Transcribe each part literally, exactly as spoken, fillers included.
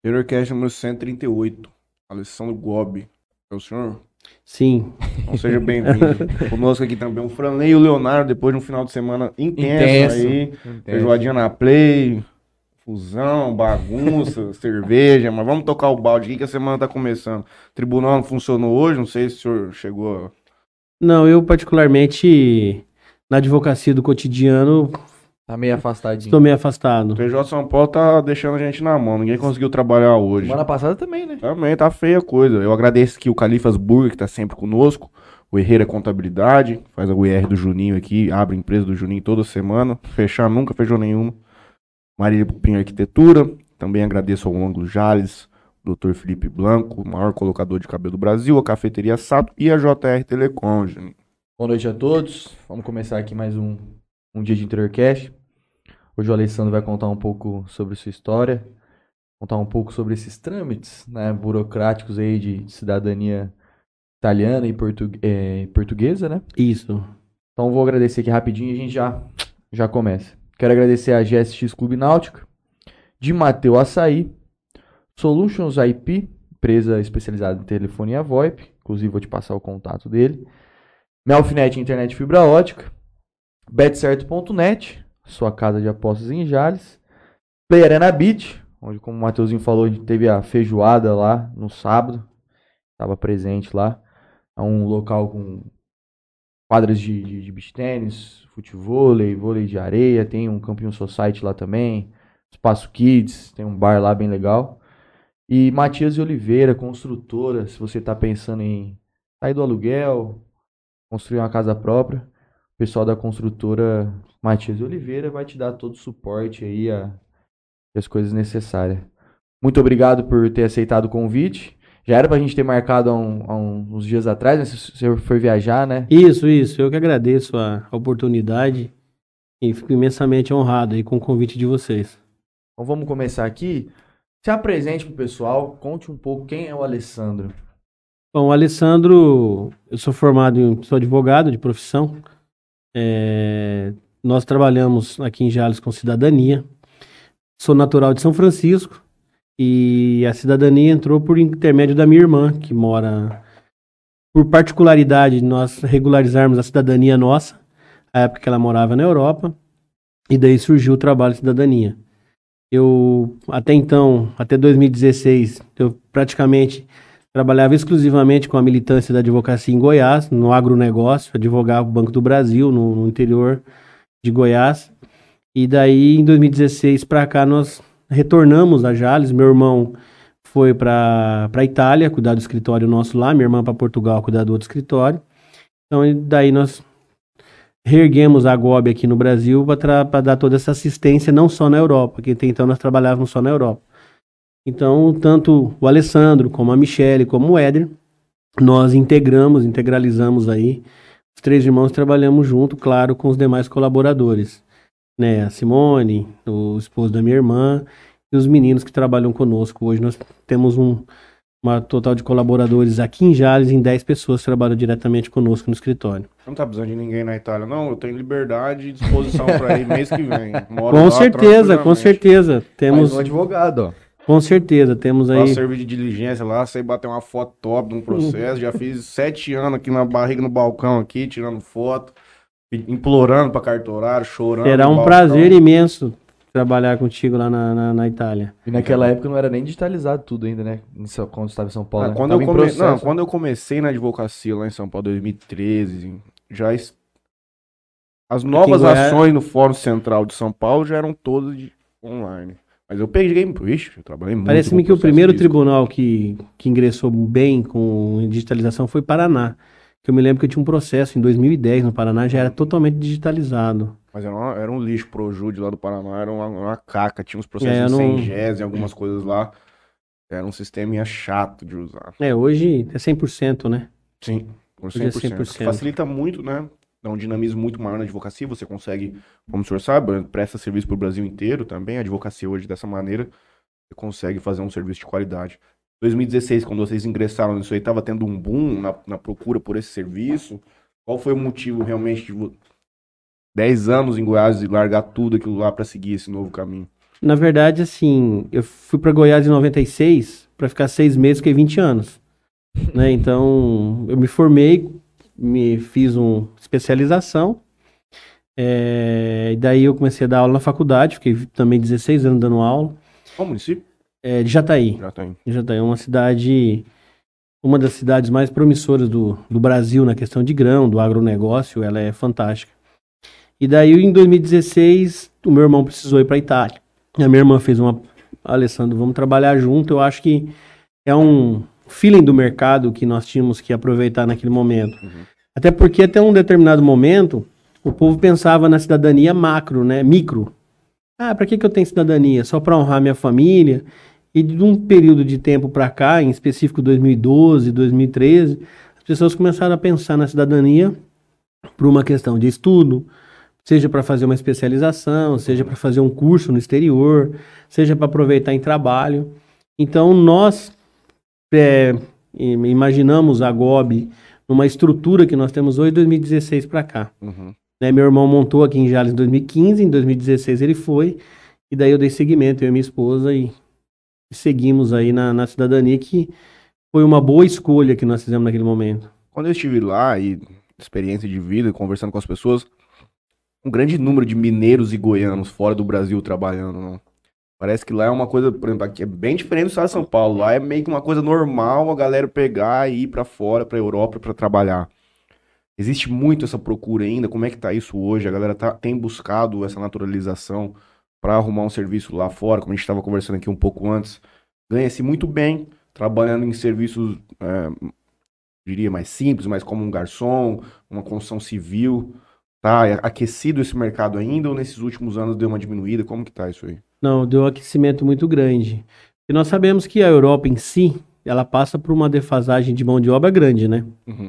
Interiorcast número cento e trinta e oito. Alessandro Gobi. É o senhor? Sim. Então seja bem-vindo. Conosco aqui também o Franley e o Leonardo, depois de um final de semana intenso, Intenso. aí. Intenso. Feijoadinha na Play, fusão, bagunça, cerveja. Mas vamos tocar o balde aqui que a semana tá começando. O tribunal não funcionou hoje, não sei se o senhor chegou a... Não, eu particularmente, na advocacia do cotidiano, Tá meio afastadinho. estou meio afastado. O P J São Paulo tá deixando a gente na mão, ninguém conseguiu trabalhar hoje. Semana passada também, né? Também tá feia a coisa. Eu agradeço aqui o Califas Burger, que tá sempre conosco. O Herreira Contabilidade, faz a U R do Juninho aqui, abre a empresa do Juninho toda semana. Fechar nunca fechou nenhuma. Marília Pupim Arquitetura. Também agradeço ao Ângulo Jales, doutor Felipe Blanco, o maior colocador de cabelo do Brasil, a Cafeteria Sato e a J R Telecom, Juninho. Boa noite a todos. Vamos começar aqui mais um, um dia de Interiorcast. Hoje o Alessandro vai contar um pouco sobre sua história, contar um pouco sobre esses trâmites, né, burocráticos aí de, de cidadania italiana e portu- é, portuguesa, né? Isso. Então vou agradecer aqui rapidinho e a gente já, já começa. Quero agradecer a G S X Clube Náutica, de Mateu Açaí, Solutions I P, empresa especializada em telefonia VoIP, inclusive vou te passar o contato dele, Melfinet Internet Fibra Ótica, betcerto ponto net, sua casa de apostas em Jales, Play Arena Beach, onde, como o Mateuzinho falou, a gente teve a feijoada lá no sábado, estava presente lá. É um local com quadras de, de, de beach tênis, futevôlei, vôlei de areia, tem um campinho society lá também, espaço kids, tem um bar lá bem legal. E Matias de Oliveira, construtora, se você está pensando em sair do aluguel, construir uma casa própria, o pessoal da construtora Matias de Oliveira vai te dar todo o suporte aí, a, as coisas necessárias. Muito obrigado por ter aceitado o convite. Já era pra gente ter marcado há, um, há uns dias atrás, né? Se o senhor foi viajar, né? Isso, isso. Eu que agradeço a oportunidade e fico imensamente honrado aí com o convite de vocês. Então vamos começar aqui. Se apresente pro pessoal, conte um pouco quem é o Alessandro. Bom, Alessandro, eu sou formado em, sou advogado de profissão. É, nós trabalhamos aqui em Jales com cidadania. Sou natural de São Francisco e a cidadania entrou por intermédio da minha irmã, que mora... Por particularidade, nós regularizarmos a cidadania nossa, a época que ela morava na Europa, e daí surgiu o trabalho de cidadania. Eu, até então, até dois mil e dezesseis, eu praticamente trabalhava exclusivamente com a militância da advocacia em Goiás, no agronegócio, advogava o Banco do Brasil, no, no interior de Goiás. E daí, em dois mil e dezesseis, para cá, nós retornamos a Jales. Meu irmão foi para a Itália, cuidar do escritório nosso lá, minha irmã para Portugal, cuidar do outro escritório. Então, daí nós reerguemos a Gobi aqui no Brasil para dar toda essa assistência, não só na Europa, porque até então nós trabalhávamos só na Europa. Então, tanto o Alessandro, como a Michele, como o Éder, nós integramos, integralizamos aí. Os três irmãos trabalhamos junto, claro, com os demais colaboradores, né? A Simone, o esposo da minha irmã, e os meninos que trabalham conosco. Hoje nós temos um uma total de colaboradores aqui em Jales, em dez pessoas que trabalham diretamente conosco no escritório. Não tá precisando de ninguém na Itália, não. Eu tenho liberdade e disposição pra ir mês que vem. Moro com lá, certeza, com certeza. Temos um advogado, ó. Com certeza, temos aí. Faço serviço de diligência lá, sei bater uma foto top de um processo. Já fiz sete anos aqui na barriga no balcão aqui, tirando foto, implorando pra cartorário, chorando. Será um prazer imenso trabalhar contigo lá na, na, na Itália. E naquela época não era nem digitalizado tudo ainda, né? Quando estava em São Paulo. Ah, né? quando, eu come... não, quando eu comecei na advocacia lá em São Paulo, dois mil e treze, já es... as novas Goiás... ações no Fórum Central de São Paulo já eram todas de... online. Mas eu peguei, ixi, eu trabalhei muito. Parece-me que o primeiro físico. tribunal que, que ingressou bem com digitalização foi Paraná. Que eu me lembro que eu tinha um processo em dois mil e dez no Paraná, já era totalmente digitalizado. Mas era, uma, era um lixo pro Júlio lá do Paraná, era uma, uma caca, tinha uns processos é, sem G E S e algumas coisas lá. Era um sistema chato de usar. É, hoje é cem por cento, né? Sim, por cem por cento. É cem por cento. Facilita muito, né? Dá um dinamismo muito maior na advocacia, você consegue, como o senhor sabe, presta serviço pro Brasil inteiro também, a advocacia hoje dessa maneira, você consegue fazer um serviço de qualidade. dois mil e dezesseis, quando vocês ingressaram nisso aí, estava tendo um boom na, na procura por esse serviço. Qual foi o motivo realmente de dez anos em Goiás e largar tudo aquilo lá para seguir esse novo caminho? Na verdade, assim, eu fui para Goiás em noventa e seis, para ficar seis meses, fiquei vinte anos. Né? Então, eu me formei, me fiz uma especialização, é, e daí eu comecei a dar aula na faculdade, fiquei também dezesseis anos dando aula. Qual município? É, de Jataí. Jataí. Jataí é uma cidade, uma das cidades mais promissoras do, do Brasil na questão de grão, do agronegócio, ela é fantástica. E daí, em dois mil e dezesseis, o meu irmão precisou ir para a Itália. A minha irmã fez uma... Alessandro, vamos trabalhar junto. Eu acho que é um feeling do mercado que nós tínhamos que aproveitar naquele momento. Uhum. Até porque, até um determinado momento, o povo pensava na cidadania macro, né? Micro. Ah, para que, que eu tenho cidadania? Só para honrar minha família? E de um período de tempo para cá, em específico dois mil e doze, dois mil e treze, as pessoas começaram a pensar na cidadania por uma questão de estudo, seja para fazer uma especialização, seja para fazer um curso no exterior, seja para aproveitar em trabalho. Então, nós é, imaginamos a G O B numa estrutura que nós temos hoje, de dois mil e dezesseis para cá. Uhum. Né, meu irmão montou aqui em Jales em dois mil e quinze, em dois mil e dezesseis ele foi, e daí eu dei seguimento, eu e minha esposa, e seguimos aí na, na cidadania, que foi uma boa escolha que nós fizemos naquele momento. Quando eu estive lá, e experiência de vida, conversando com as pessoas, um grande número de mineiros e goianos fora do Brasil trabalhando, né? Parece que lá é uma coisa, por exemplo, aqui é bem diferente do estado de São Paulo. Lá é meio que uma coisa normal a galera pegar e ir pra fora, pra Europa, pra trabalhar. Existe muito essa procura ainda? Como é que tá isso hoje? A galera tá, tem buscado essa naturalização pra arrumar um serviço lá fora, como a gente estava conversando aqui um pouco antes. Ganha-se muito bem trabalhando em serviços, é, diria, mais simples, mas como um garçom, uma construção civil. Tá aquecido esse mercado ainda ou nesses últimos anos deu uma diminuída? Como que tá isso aí? Não, deu um aquecimento muito grande. E nós sabemos que a Europa em si, ela passa por uma defasagem de mão de obra grande, né? Uhum.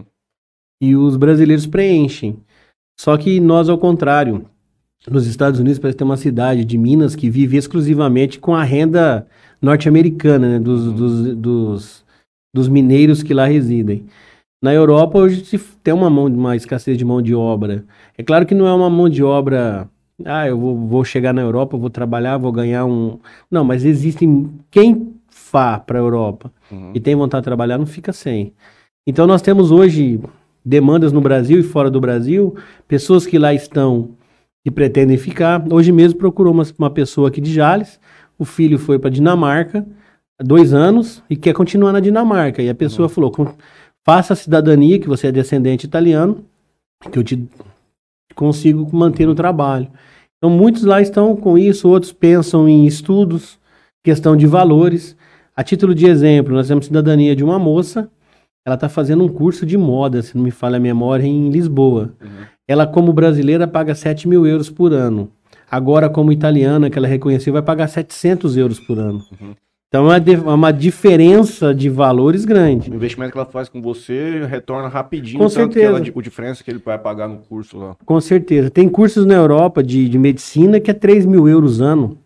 E os brasileiros preenchem. Só que nós, ao contrário, nos Estados Unidos parece ter uma cidade de Minas que vive exclusivamente com a renda norte-americana, né? Dos, uhum. dos, dos, dos mineiros que lá residem. Na Europa hoje se tem uma, mão, uma escassez de mão de obra. É claro que não é uma mão de obra... Ah, eu vou, vou chegar na Europa, vou trabalhar, vou ganhar um... Não, mas existem... Quem vá para a Europa uhum. e tem vontade de trabalhar, não fica sem. Então nós temos hoje demandas no Brasil e fora do Brasil, pessoas que lá estão e pretendem ficar. Hoje mesmo procurou uma, uma pessoa aqui de Jales, o filho foi para Dinamarca há dois anos e quer continuar na Dinamarca. E a pessoa uhum. falou... Faça a cidadania, que você é descendente italiano, que eu te consigo manter no trabalho. Então, muitos lá estão com isso, outros pensam em estudos, questão de valores. A título de exemplo, nós temos cidadania de uma moça, ela está fazendo um curso de moda, se não me falha a memória, em Lisboa. Uhum. Ela, como brasileira, paga sete mil euros por ano. Agora, como italiana, que ela reconheceu, vai pagar setecentos euros por ano. Uhum. Então é uma diferença de valores grande. O investimento que ela faz com você retorna rapidinho. Com certeza. Tanto que ela, o diferença que ele vai pagar no curso lá. Com certeza. Tem cursos na Europa de, de medicina que é três mil euros ano.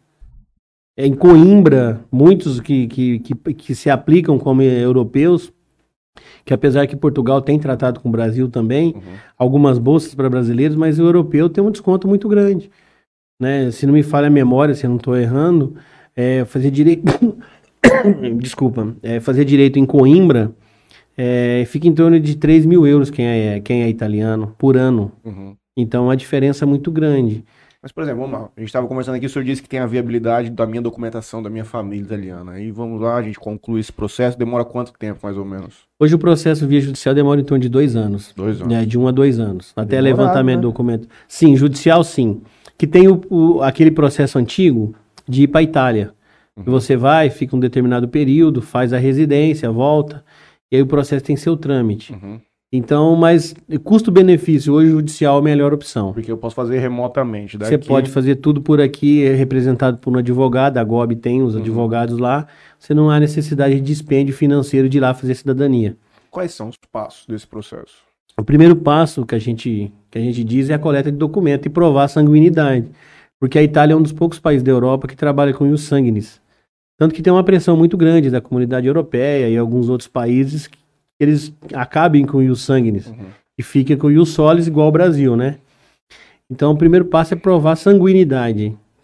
É, em Coimbra, muitos que, que, que, que se aplicam como europeus, que apesar que Portugal tem tratado com o Brasil também, uhum. algumas bolsas para brasileiros, mas o europeu tem um desconto muito grande. Né? Se não me falha a memória, se eu não estou errando... É, fazer direito desculpa é, fazer direito em Coimbra é, fica em torno de três mil euros quem é, quem é italiano por ano. Uhum. Então a diferença é muito grande. Mas, por exemplo, vamos lá, a gente estava conversando aqui, o senhor disse que tem a viabilidade da minha documentação da minha família italiana, aí vamos lá, a gente conclui esse processo, demora quanto tempo mais ou menos? Hoje o processo via judicial demora em torno de dois anos. Dois anos. É, de um a dois anos, até Demorado, levantamento né? do documento. Sim, judicial sim, que tem o, o, aquele processo antigo de ir para a Itália. Uhum. Você vai, fica um determinado período, faz a residência, volta, e aí o processo tem seu trâmite. Uhum. Então, mas custo-benefício, hoje o judicial é a melhor opção. Porque eu posso fazer remotamente. Daqui... Você pode fazer tudo por aqui, é representado por um advogado, a G O B tem os uhum. advogados lá, você não há necessidade de dispêndio financeiro de ir lá fazer cidadania. Quais são os passos desse processo? O primeiro passo que a gente, que a gente diz é a coleta de documento e provar a sanguinidade. Porque a Itália é um dos poucos países da Europa que trabalha com ius sanguinis. Tanto que tem uma pressão muito grande da comunidade europeia e alguns outros países que eles acabem com o ius sanguinis uhum. e fiquem com o ius solis igual ao Brasil, né? Então o primeiro passo é provar a sanguinidade.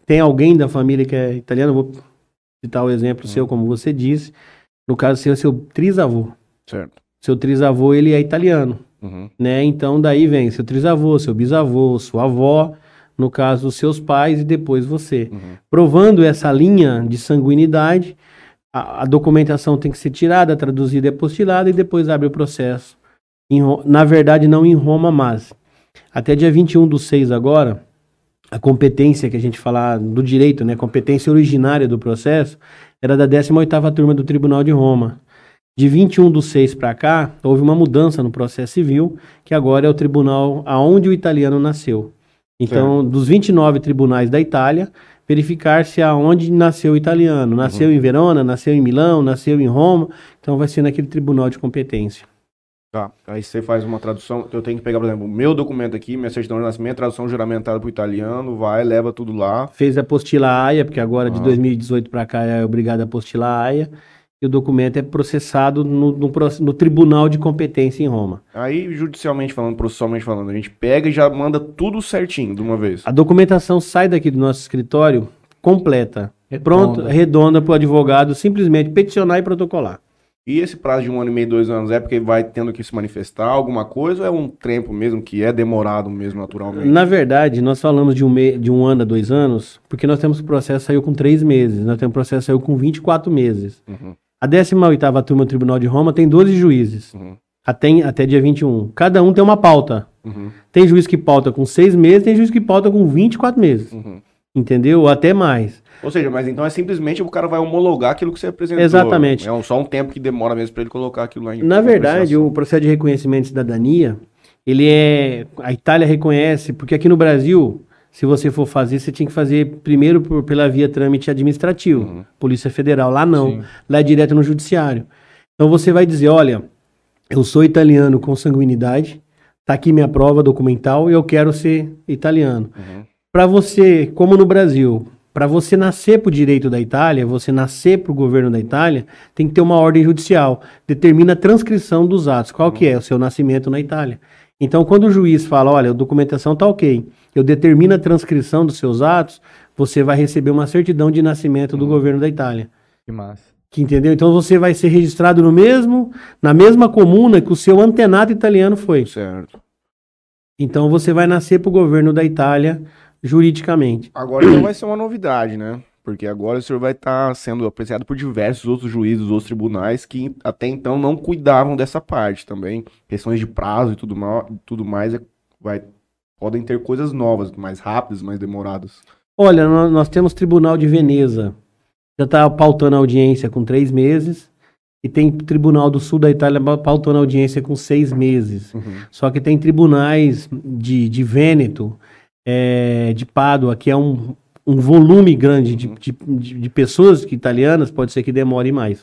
tem alguém da família que é italiano, vou citar o exemplo Uhum. seu, como você disse. No caso seu, seu trisavô. Certo. Seu trisavô, ele é italiano, Uhum. né? Então, daí vem seu trisavô, seu bisavô, sua avó, no caso, os seus pais e depois você. Uhum. Provando essa linha de sanguinidade, a, a documentação tem que ser tirada, traduzida e apostilada e depois abre o processo. Em Ro- na verdade, não em Roma, mas até dia vinte e um do seis agora, a competência que a gente fala do direito, né? Competência originária do processo, era da décima oitava turma do Tribunal de Roma. De vinte e um do seis para cá, houve uma mudança no processo civil, que agora é o tribunal aonde o italiano nasceu. Então, dos vinte e nove tribunais da Itália, verificar se aonde nasceu o italiano. Nasceu Uhum. em Verona, nasceu em Milão, nasceu em Roma, então vai ser naquele tribunal de competência. Tá. Aí você faz uma tradução. Eu tenho que pegar, por exemplo, o meu documento aqui, minha certidão de nascimento, tradução juramentada pro italiano, vai, leva tudo lá. Fez a apostila AIA, porque agora de Ah. dois mil e dezoito para cá é obrigado a apostilar AIA, e o documento é processado no, no, proce- no tribunal de competência em Roma. Aí, judicialmente falando, processualmente falando, a gente pega e já manda tudo certinho de uma vez. A documentação sai daqui do nosso escritório completa, Redonda. pronto, redonda para o advogado simplesmente peticionar e protocolar. E esse prazo de um ano e meio, dois anos, é porque vai tendo que se manifestar alguma coisa ou é um tempo mesmo que é demorado mesmo naturalmente? Na verdade, nós falamos de um, me- de um ano a dois anos, porque nós temos que o processo saiu com três meses, nós temos o processo saiu com vinte e quatro meses. Uhum, A décima oitava turma do Tribunal de Roma tem doze juízes, uhum, até, até dia vinte e um. Cada um tem uma pauta. uhum, Tem juiz que pauta com seis meses, tem juiz que pauta com vinte e quatro meses. uhum. Entendeu? Ou até mais. Ou seja, mas então é simplesmente o cara vai homologar aquilo que você apresentou. Exatamente. É um- só um tempo que demora mesmo pra ele colocar aquilo lá em Na verdade, apreciação. o processo de reconhecimento de cidadania, ele é... A Itália reconhece, porque aqui no Brasil, se você for fazer, você tinha que fazer primeiro por- pela via trâmite administrativo. Uhum. Polícia Federal. Lá não. Sim. Lá é direto no judiciário. Então você vai dizer, olha, eu sou italiano com sanguinidade, tá aqui minha prova documental e eu quero ser italiano. Uhum. Para você, como no Brasil, para você nascer para o direito da Itália, você nascer para o governo da Itália, tem que ter uma ordem judicial. Determina a transcrição dos atos. Qual que é? O seu nascimento na Itália. Então, quando o juiz fala, olha, a documentação está ok, eu determino a transcrição dos seus atos, você vai receber uma certidão de nascimento do governo da Itália. Que massa. Que entendeu? Então você vai ser registrado no mesmo, na mesma comuna que o seu antenado italiano foi. Certo. Então você vai nascer para o governo da Itália juridicamente. Agora então vai ser uma novidade, né? Porque agora o senhor vai estar sendo apreciado por diversos outros juízes, outros tribunais que até então não cuidavam dessa parte também. Questões de prazo e tudo, ma- tudo mais é- vai, podem ter coisas novas, mais rápidas, mais demoradas. Olha, nó- nós temos Tribunal de Veneza, já está pautando a audiência com três meses, e tem Tribunal do Sul da Itália pa- pautando a audiência com seis meses. Uhum. Só que tem tribunais de, de Vêneto, é, de Pádua, que é um, um volume grande de, de, de- de pessoas que, italianas, pode ser que demore mais.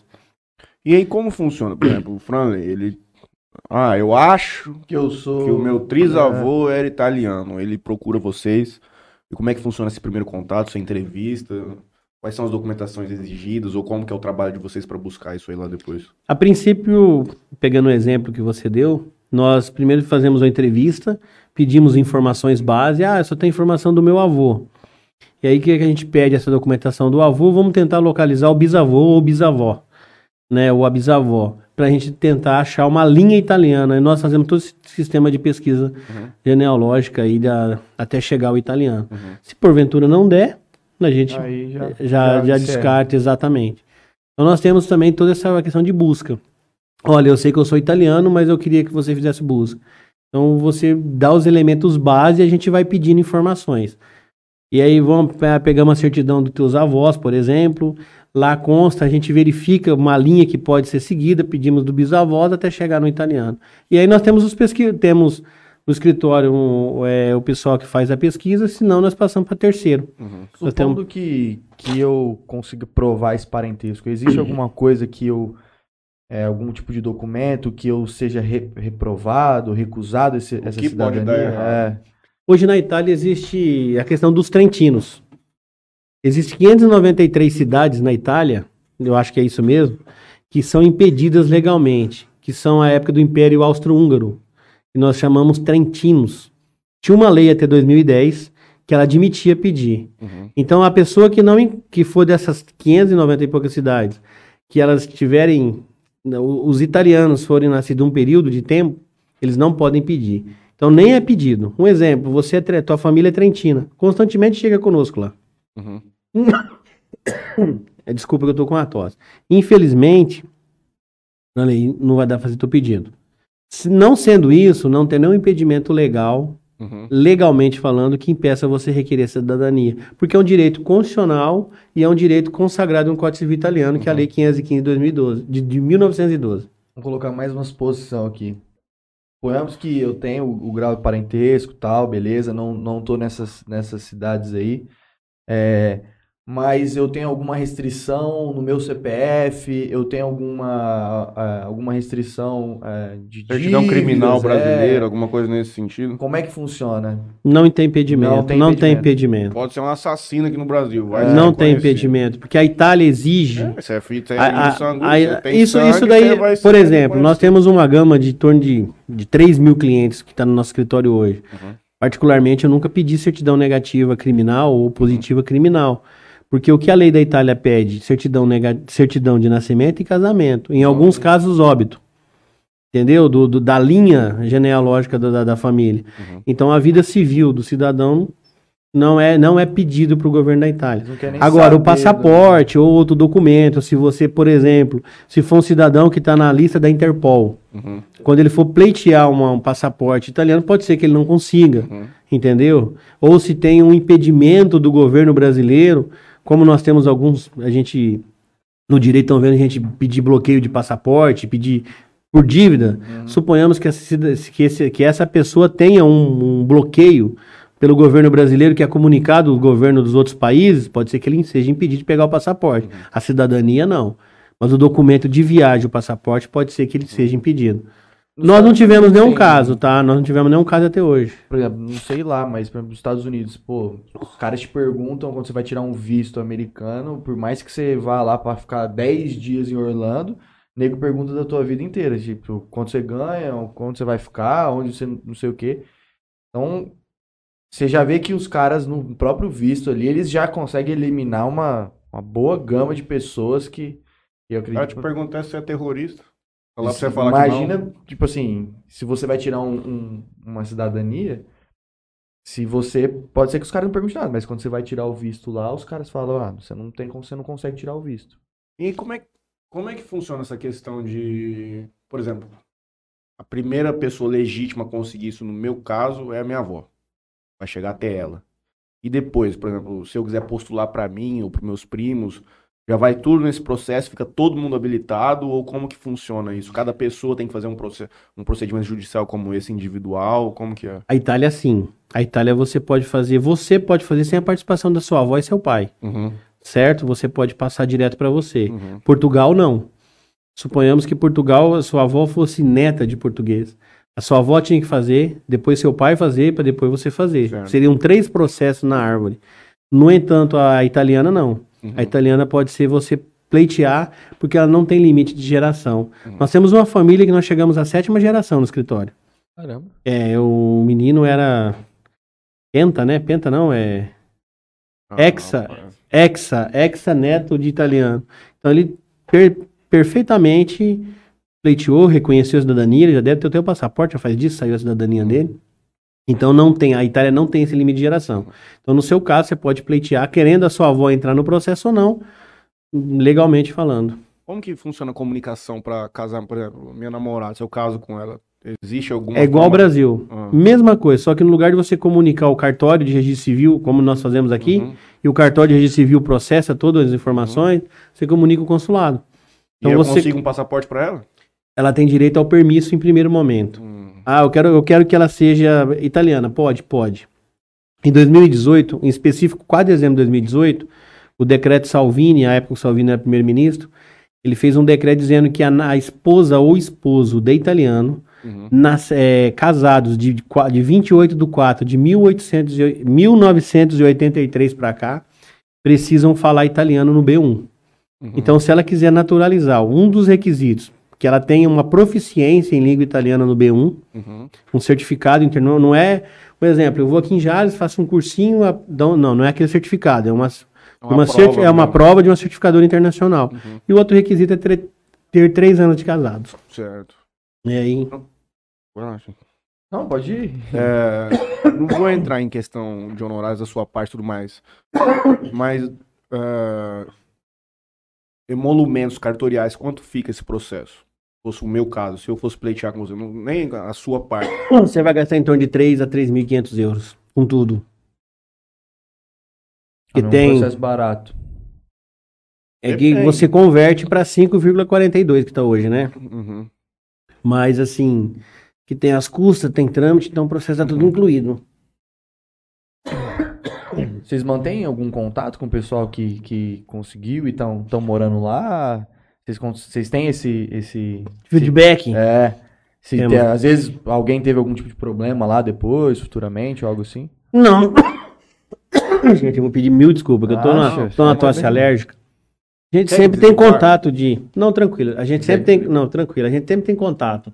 E aí como funciona? Por exemplo, o Franley, ele... Ah, eu acho Que eu sou. que o meu trisavô era italiano. Ele procura vocês. E como é que funciona esse primeiro contato, essa entrevista? Quais são as documentações exigidas? Ou como que é o trabalho de vocês para buscar isso aí lá depois? A princípio, pegando o exemplo que você deu, nós primeiro fazemos uma entrevista, pedimos informações base, ah, eu só tenho informação do meu avô. E aí, o que que a gente pede essa documentação do avô? Vamos tentar localizar o bisavô ou bisavó, né, ou a bisavó, para a gente tentar achar uma linha italiana. E nós fazemos todo esse sistema de pesquisa Uhum. genealógica aí da, até chegar ao italiano. Uhum. Se porventura não der, a gente Aí já, já, já encerra. descarta, exatamente. Então nós temos também toda essa questão de busca. Olha, eu sei que eu sou italiano, mas eu queria que você fizesse busca. Então você dá os elementos base e a gente vai pedindo informações. E aí vamos pe- pegar uma certidão dos teus avós, por exemplo. Lá consta, a gente verifica uma linha que pode ser seguida, pedimos do bisavós até chegar no italiano. E aí nós temos os pesqui temos no escritório um, é, o pessoal que faz a pesquisa, senão nós passamos para terceiro. Uhum. Nós temos- Supondo que, que eu consiga provar esse parentesco, existe alguma coisa que eu. É, algum tipo de documento que eu seja re- reprovado, recusado esse, essa que pode cidadania? dar errado? É. Hoje na Itália existe a questão dos trentinos. Existem quinhentas e noventa e três cidades na Itália, eu acho que é isso mesmo, que são impedidas legalmente, que são a época do Império Austro-Húngaro, que nós chamamos trentinos. Tinha uma lei até dois mil e dez que ela admitia pedir. Uhum. Então, a pessoa que não que for dessas quinhentas e noventa e poucas cidades, que elas tiverem, os italianos forem nascidos um período de tempo, eles não podem pedir. Então, nem é pedido. Um exemplo, você é, tua família é trentina, constantemente chega conosco lá. Uhum. Desculpa que eu tô com a tosse. Infelizmente, não vai dar pra fazer teu pedido. Se não sendo isso, não tem nenhum impedimento legal, uhum. legalmente falando, que impeça você requerer cidadania. Porque é um direito constitucional e é um direito consagrado no Código Civil italiano, uhum. que é a Lei quinhentos e quinze de dois mil e doze, de, de mil novecentos e doze. Vou colocar mais uma suposição aqui. Suponhamos que eu tenho o, o grau de parentesco e tal, beleza, não, não tô nessas, nessas cidades aí. É... Mas eu tenho alguma restrição no meu C P F, eu tenho alguma, uh, alguma restrição uh, de certidão criminal brasileira, é... alguma coisa nesse sentido. Como é que funciona? Não tem impedimento. Não tem, não impedimento. tem impedimento. Pode ser um assassino aqui no Brasil. Vai é. Não tem impedimento, porque a Itália exige. É, você é filho, você é a, de sangue, a, você tem isso, sangue, isso daí, vai por exemplo, nós temos uma gama de torno de, de três mil clientes que está no nosso escritório hoje. Uhum. Particularmente, eu nunca pedi certidão negativa criminal ou positiva uhum. criminal. Porque o que a lei da Itália pede? Certidão, nega... certidão de nascimento e casamento. Em alguns casos, óbito. Entendeu? Do, do, da linha genealógica da, da, da família. Uhum. Então, a vida civil do cidadão não é, não é pedido para o governo da Itália. Agora, saber, o passaporte, né? Ou outro documento, se você, por exemplo, se for um cidadão que está na lista da Interpol, uhum. quando ele for pleitear uma, um passaporte italiano, pode ser que ele não consiga. Uhum. Entendeu? Ou se tem um impedimento do governo brasileiro, como nós temos alguns, a gente, no direito estão vendo a gente pedir bloqueio de passaporte, pedir por dívida, uhum. suponhamos que essa, que, esse, que essa pessoa tenha um, um bloqueio pelo governo brasileiro que é comunicado ao governo dos outros países, pode ser que ele seja impedido de pegar o passaporte. Uhum. A cidadania não. Mas o documento de viagem, o passaporte, pode ser que ele seja impedido. Nos Nós não tivemos nenhum tem, caso, tá? Nós não tivemos nenhum caso até hoje. Por exemplo, não sei lá, mas por exemplo, nos Estados Unidos, pô, os caras te perguntam quando você vai tirar um visto americano, por mais que você vá lá pra ficar dez dias em Orlando, o nego pergunta da tua vida inteira, tipo, quanto você ganha, quanto você vai ficar, onde você não sei o quê. Então, você já vê que os caras no próprio visto ali, eles já conseguem eliminar uma, uma boa gama de pessoas que, que eu acredito... Eu te perguntar se você é terrorista. Falar pra você falar imagina, que não. Tipo assim, se você vai tirar um, um, uma cidadania, se você... Pode ser que os caras não perguntem nada, mas quando você vai tirar o visto lá, os caras falam, ah, você não tem como, você não consegue tirar o visto. E como é, como é que funciona essa questão de... Por exemplo, a primeira pessoa legítima a conseguir isso, no meu caso, é a minha avó. Vai chegar até ela. E depois, por exemplo, se eu quiser postular pra mim ou pros meus primos... Já vai tudo nesse processo, fica todo mundo habilitado, ou como que funciona isso? Cada pessoa tem que fazer um, proced- um procedimento judicial como esse, individual, como que é? A Itália, sim. A Itália você pode fazer, você pode fazer sem a participação da sua avó e seu pai. Uhum. Certo? Você pode passar direto para você. Uhum. Portugal, não. Suponhamos que Portugal, a sua avó fosse neta de português. A sua avó tinha que fazer, depois seu pai fazer, para depois você fazer. Certo. Seriam três processos na árvore. No entanto, a italiana, não. Uhum. A italiana pode ser você pleitear, porque ela não tem limite de geração. Uhum. Nós temos uma família que nós chegamos à sétima geração no escritório. Caramba. É, o menino era penta, né? Penta não, é ah, hexa, não, hexa, hexa neto de italiano. Então ele per, perfeitamente pleiteou, reconheceu a cidadania, ele já deve ter o seu passaporte, já faz disso, saiu a cidadania uhum. dele. Então não tem, a Itália não tem esse limite de geração. Então no seu caso você pode pleitear, querendo a sua avó entrar no processo ou não, legalmente falando. Como que funciona a comunicação para casar, por exemplo, minha namorada, se eu caso com ela, existe alguma É igual forma... ao Brasil, ah. mesma coisa, só que no lugar de você comunicar o cartório de registro civil, como nós fazemos aqui, uhum. e o cartório de registro civil processa todas as informações, uhum. você comunica o consulado. Então e eu você... consigo um passaporte para ela? Ela tem direito ao permisso em primeiro momento. Uhum. Ah, eu quero, eu quero que ela seja italiana. Pode, pode. Em dois mil e dezoito, em específico, quatro de dezembro de dois mil e dezoito, o decreto Salvini, a época o Salvini era primeiro-ministro, ele fez um decreto dizendo que a, a esposa ou esposo de italiano, uhum. nas, é, casados de, de vinte e oito de quatro de mil novecentos e oitenta e três para cá, precisam falar italiano no B um. Uhum. Então, se ela quiser naturalizar, um dos requisitos, que ela tem uma proficiência em língua italiana no B um, Uhum. um certificado interno, não é, por exemplo, eu vou aqui em Jales, faço um cursinho, a- não, não é aquele certificado, é uma, É uma, uma certi- prova é uma mesmo. prova de uma certificadora internacional. Uhum. E o outro requisito é ter, ter três anos de casados. Certo. E aí, Vai lá, Chico. Não, pode ir. É, não vou entrar em questão de honorários da sua parte e tudo mais. Mas é, emolumentos cartoriais, quanto fica esse processo? Se fosse o meu caso, se eu fosse pleitear com você, não- nem a sua parte. você vai gastar em torno de três a três mil e quinhentos euros, com tudo. É Que um tem, processo barato. é que Depende. você converte para cinco vírgula quarenta e dois que está hoje, né? Uhum. Mas assim, que tem as custas, tem trâmite, então o processo está tudo incluído. Vocês mantêm algum contato com o pessoal que, que conseguiu e estão morando lá? Vocês, cons- vocês têm esse... esse Feedback? esse- é. Se Temos. tem- às vezes alguém teve algum tipo de problema lá depois, futuramente, ou algo assim? Não. Gente, eu vou pedir mil desculpas, que eu tô Ah, na, acha? tô na Não, tosse mas bem. alérgica. A gente Quer sempre tem desligar? contato de... Não, tranquilo. A gente sempre tem... Deve- Não, tranquilo. A gente sempre tem contato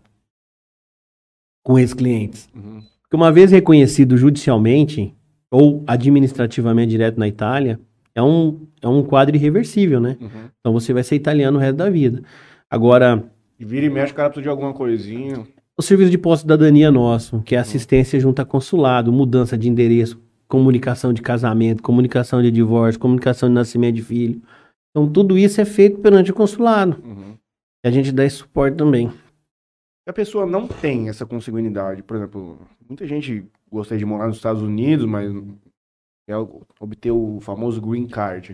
com esses clientes. Uhum. Porque uma vez reconhecido judicialmente ou administrativamente direto na Itália, é um, é um quadro irreversível, né? Uhum. Então você vai ser italiano o resto da vida. Agora, E vira e mexe, o cara precisa de alguma coisinha. o serviço de pós-cidadania nosso, que é assistência junto a consulado, mudança de endereço, comunicação de casamento, comunicação de divórcio, comunicação de nascimento de filho. Então tudo isso é feito perante o consulado. Uhum. E a gente dá esse suporte também. Se a pessoa não tem essa consanguinidade, por exemplo, muita gente gostaria de morar nos Estados Unidos, mas quer obter o famoso green card.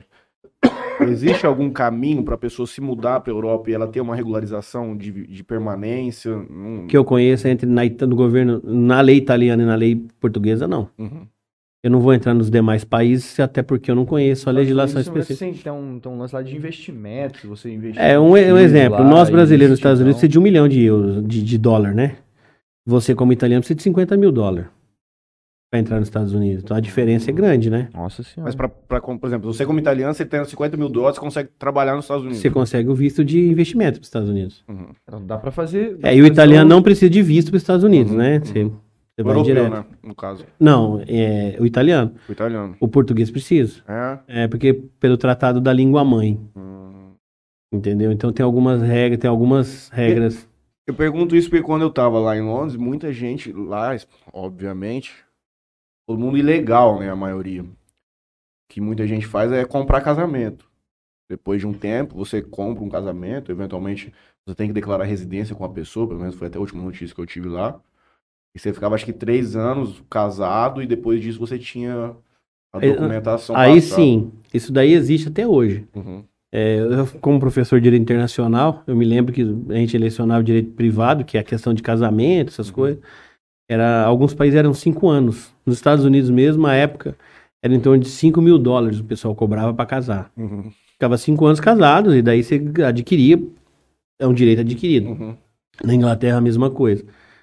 Existe algum caminho para a pessoa se mudar para a Europa e ela ter uma regularização de, de permanência? Não- Que eu conheço entre na, Ita- no governo, na lei italiana e na lei portuguesa, não. Uhum. Eu não vou entrar nos demais países, até porque eu não conheço a legislação Isso, mas, específica. assim, tem um, tem um lance lá de investimento, se você investir. É, um, um exemplo. Nós brasileiros nos Estados Unidos precisa de um milhão de euros, de, de dólar, né? Você, como italiano, precisa de cinquenta mil dólares para entrar nos Estados Unidos. Então a diferença é grande, né? Nossa senhora. Mas, pra, pra, por exemplo, você como italiano, você tem cinquenta mil dólares, você consegue trabalhar nos Estados Unidos. Você consegue o visto de investimento para os Estados Unidos. Uhum. Então dá pra fazer. dá É, pra e o fazer italiano um- não precisa de visto para os Estados Unidos, Uhum, né? uhum. Você, você O vai europeu, direto. né? No caso. Não, é o italiano. O italiano. O português precisa. É. É, porque pelo tratado da língua mãe, Hum. entendeu? Então tem algumas regras, tem algumas regras. Eu pergunto isso porque quando eu tava lá em Londres, muita gente lá, obviamente, todo mundo ilegal, né? A maioria. O que muita gente faz é comprar casamento. Depois de um tempo, você compra um casamento, eventualmente você tem que declarar residência com a pessoa, pelo menos foi até a última notícia que eu tive lá. E você ficava, acho que, três anos casado e depois disso você tinha a Aí- documentação Aí passada. sim, isso daí existe até hoje. Uhum. É, eu, como professor de direito internacional, eu me lembro que a gente lecionava direito privado, que é a questão de casamento, essas Uhum. coisas. Era, alguns países eram cinco anos. Nos Estados Unidos mesmo, à época, era em torno de cinco mil dólares o pessoal cobrava para casar. Uhum. Ficava cinco anos casados e daí você adquiria, é um direito adquirido. Uhum. Na Inglaterra a mesma coisa.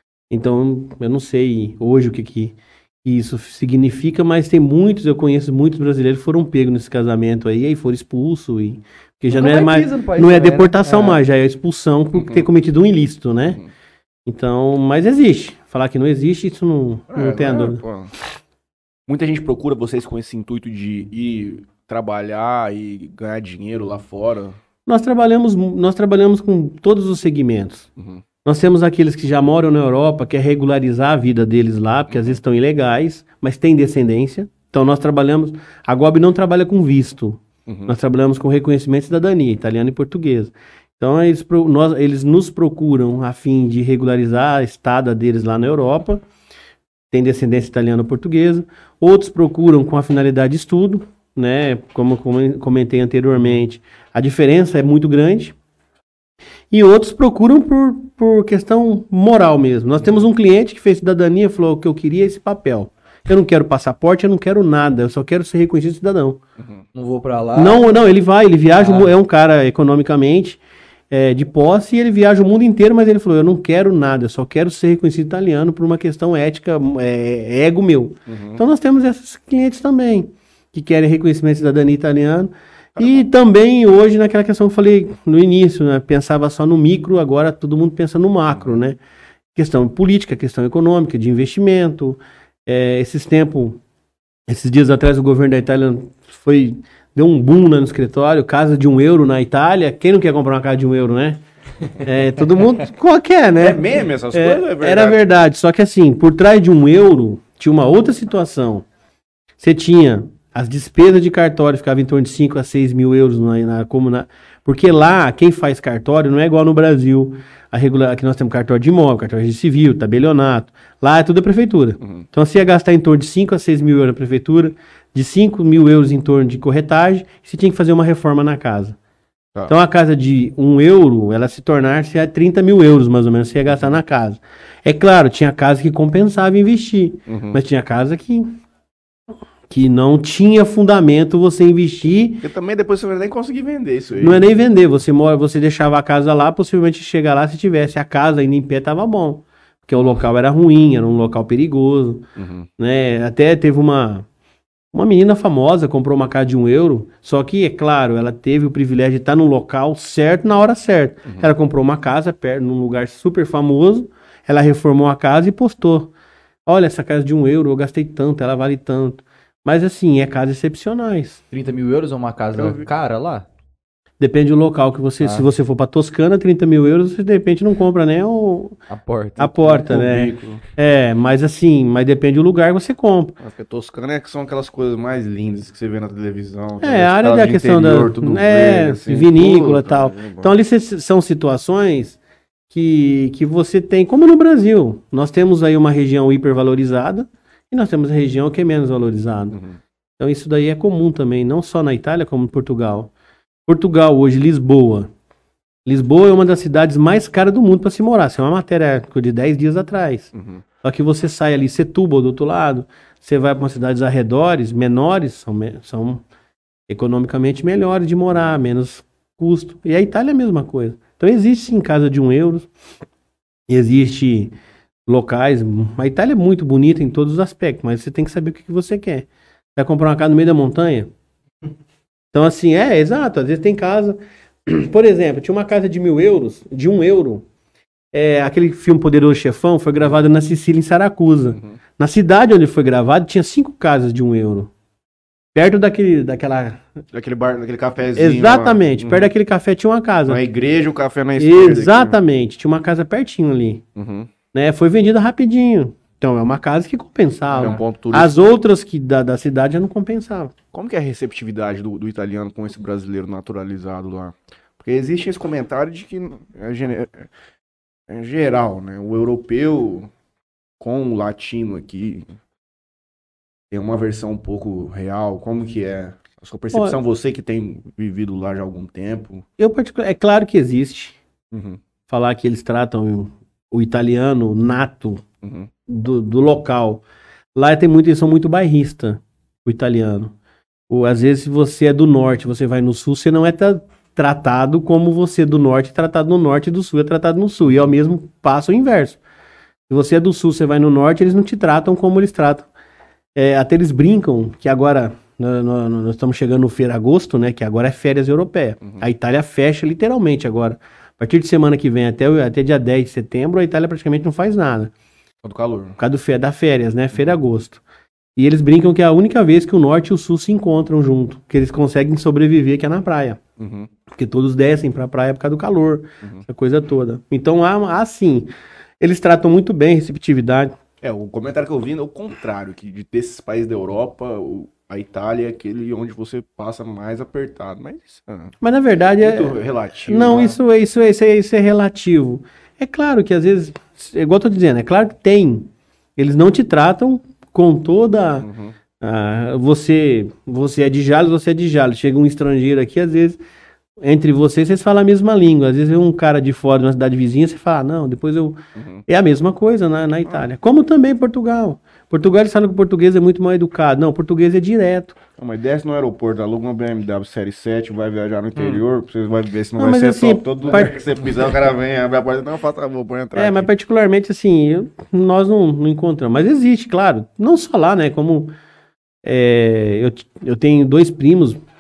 Então, eu não sei hoje o que, que isso significa, mas tem muitos, eu conheço muitos brasileiros que foram pegos nesse casamento aí, aí foram expulsos, e, porque já Nunca não é mais mais, pisa no país não é também, né? deportação É. mais, já é expulsão por Uhum. ter cometido um ilícito, né? Uhum. Então, mas existe. Falar que não existe, isso não, não É, tem a né, dúvida. pô. Muita gente procura vocês com esse intuito de ir trabalhar e ganhar dinheiro lá fora. Nós trabalhamos, nós trabalhamos com todos os segmentos. Uhum. Nós temos aqueles que já moram na Europa, quer regularizar a vida deles lá, porque às vezes estão ilegais, mas têm descendência. Então nós trabalhamos. A G O B não trabalha com visto. Uhum. Nós trabalhamos com reconhecimento de cidadania, italiana e portuguesa. Então eles, pro- nós, eles nos procuram a fim de regularizar a estada deles lá na Europa. Tem descendência italiana ou portuguesa. Outros procuram com a finalidade de estudo, né? Como como comentei anteriormente, a diferença é muito grande. E outros procuram por, por questão moral mesmo. Nós temos um cliente que fez cidadania e falou que eu queria esse papel. Eu não quero passaporte, eu não quero nada, eu só quero ser reconhecido cidadão. Não vou pra lá. Não, não, ele vai, ele viaja, Ah. é um cara economicamente é, de posse e ele viaja o mundo inteiro, mas ele falou, eu não quero nada, eu só quero ser reconhecido italiano por uma questão ética, é, ego meu. Uhum. Então nós temos esses clientes também, que querem reconhecimento de cidadania italiano E também hoje naquela questão que eu falei no início, né? Pensava só no micro, agora todo mundo pensa no macro, né? Questão política, questão econômica, de investimento. É, esses tempos, esses dias atrás o governo da Itália foi, deu um boom lá no escritório, casa de um euro na Itália. Quem não quer comprar uma casa de um euro, né? É, todo mundo qualquer, né? É meme essas É, coisas? É verdade. era verdade, só que assim, por trás de um euro tinha uma outra situação. Você tinha as despesas de cartório, ficava em torno de cinco a seis mil euros na, na, como na, porque lá, quem faz cartório não é igual no Brasil. A regular, aqui nós temos cartório de imóvel, cartório de civil, tabelionato. Lá é tudo a prefeitura. Uhum. Então você ia gastar em torno de cinco a seis mil euros na prefeitura, de cinco mil euros em torno de corretagem, e você tinha que fazer uma reforma na casa. Tá. Então a casa de um euro, ela se tornar-se a trinta mil euros, mais ou menos, você ia gastar na casa. É claro, tinha casa que compensava investir, Uhum. mas tinha casa que, que não tinha fundamento você investir. Porque também depois você não vai nem conseguir vender isso aí. Não é nem vender, você, mora, você deixava a casa lá, possivelmente chegar lá, se tivesse a casa ainda em pé, tava bom. Porque o local era ruim, era um local perigoso, Uhum. né? Até teve uma... Uma menina famosa comprou uma casa de um euro, só que, é claro, ela teve o privilégio de estar no local certo, na hora certa. Uhum. Ela comprou uma casa perto, num lugar super famoso, ela reformou a casa e postou. Olha, essa casa de um euro, eu gastei tanto, ela vale tanto. Mas assim, é casas excepcionais. trinta mil euros é uma casa Eu vi. cara lá? Depende do local que você... Ah. Se você for pra Toscana, trinta mil euros, você de repente não compra nem o, A porta. a porta, né? Cubículo. É, mas assim, mas depende do lugar que você compra. Ah, porque Toscana é que são aquelas coisas mais lindas que você vê na televisão. É, a área Casas da de questão interior, da tudo é, verde, assim, vinícola e puta, tal. é bom. Então ali cê- são situações que, que você tem, como no Brasil. Nós temos aí uma região hipervalorizada e nós temos a região que é menos valorizada. Uhum. Então isso daí é comum também, não só na Itália como em Portugal. Portugal hoje, Lisboa. Lisboa é uma das cidades mais caras do mundo para se morar. Isso é uma matéria de dez dias atrás. Uhum. Só que você sai ali, Setúbal do outro lado, você vai para umas cidades arredores, menores, são, me- são economicamente melhores de morar, menos custo. E a Itália é a mesma coisa. Então existe sim casa de um euro, existe locais. A Itália é muito bonita em todos os aspectos, mas você tem que saber o que que você quer. Vai comprar uma casa no meio da montanha? Então assim, é, exato, às vezes tem casa... Por exemplo, tinha uma casa de mil euros, de um euro. É, aquele filme Poderoso Chefão foi gravado na Sicília, em Saracusa. Uhum. Na cidade onde foi gravado, tinha cinco casas de um euro. Perto daquele, daquela... Daquele bar, daquele cafezinho. Exatamente, lá. perto daquele café tinha uma casa. Na igreja, o café na esquerda. Exatamente, tinha uma casa pertinho ali. Aqui. Uhum. Né? Foi vendida rapidinho. Então é uma casa que É compensava. um ponto turístico. As outras que da, da cidade já não compensavam. Como que é a receptividade do, do italiano com esse brasileiro naturalizado lá? Porque existe esse comentário de que é, gene- é geral, né? O europeu com o latino aqui tem uma versão um pouco real. Como que é? A sua percepção, você que tem vivido lá já há algum tempo. Eu, particular, é claro que existe. Uhum, Falar que eles tratam o italiano nato uhum, do, do local. Lá tem muito, eles são muito bairrista, o italiano. Ou, às vezes, se você é do norte, você vai no sul, você não é tra- tratado como você do norte é tratado no norte e do sul é tratado no sul. E ao mesmo passo o inverso. Se você é do sul, você vai no norte, eles não te tratam como eles tratam. É, até eles brincam que agora, nós, nós- nós estamos chegando no feira agosto, né? Que agora é férias europeias. Uhum. A Itália fecha literalmente agora. A partir de semana que vem, até, o- até dia dez de setembro, a Itália praticamente não faz nada. do calor. Por causa do fe- da férias, né? Feira agosto. E eles brincam que é a única vez que o norte e o sul se encontram junto. Que eles conseguem sobreviver, que é na praia. Uhum, Porque todos descem pra praia por causa do calor. Uhum. Essa coisa toda. Então, há, há sim. Eles tratam muito bem a receptividade. É, o comentário que eu vi é o contrário, que de desses países da Europa, o- a Itália é aquele onde você passa mais apertado. Mas ah, Mas, na verdade, é... muito relativo. Não, né? isso, é- isso, é- isso, é, isso é relativo. É claro que às vezes, é igual eu tô dizendo, é claro que tem. Eles não te tratam com toda. Uhum. ah, você, você é de Jales, você é de Jales. Chega um estrangeiro aqui, às vezes, entre vocês, vocês falam a mesma língua. Às vezes vem um cara de fora de uma cidade vizinha, você fala, ah, não, depois eu. Uhum. É a mesma coisa na, na Itália. Como também Portugal. Portugal, eles falam que o português é muito mal educado. Não, o português é direto. Não, mas desce no aeroporto, aluga uma B M W Série sete, vai viajar no interior, vocês vão ver se não, Não, vai mas ser assim, top. Todo par- lugar que você pisar, o cara vem, abre a porta, não, faça favor, pode entrar É, mas aqui. particularmente assim, eu- nós não, não encontramos. Mas existe, claro. Não só lá, né? Como é, eu, eu tenho dois primos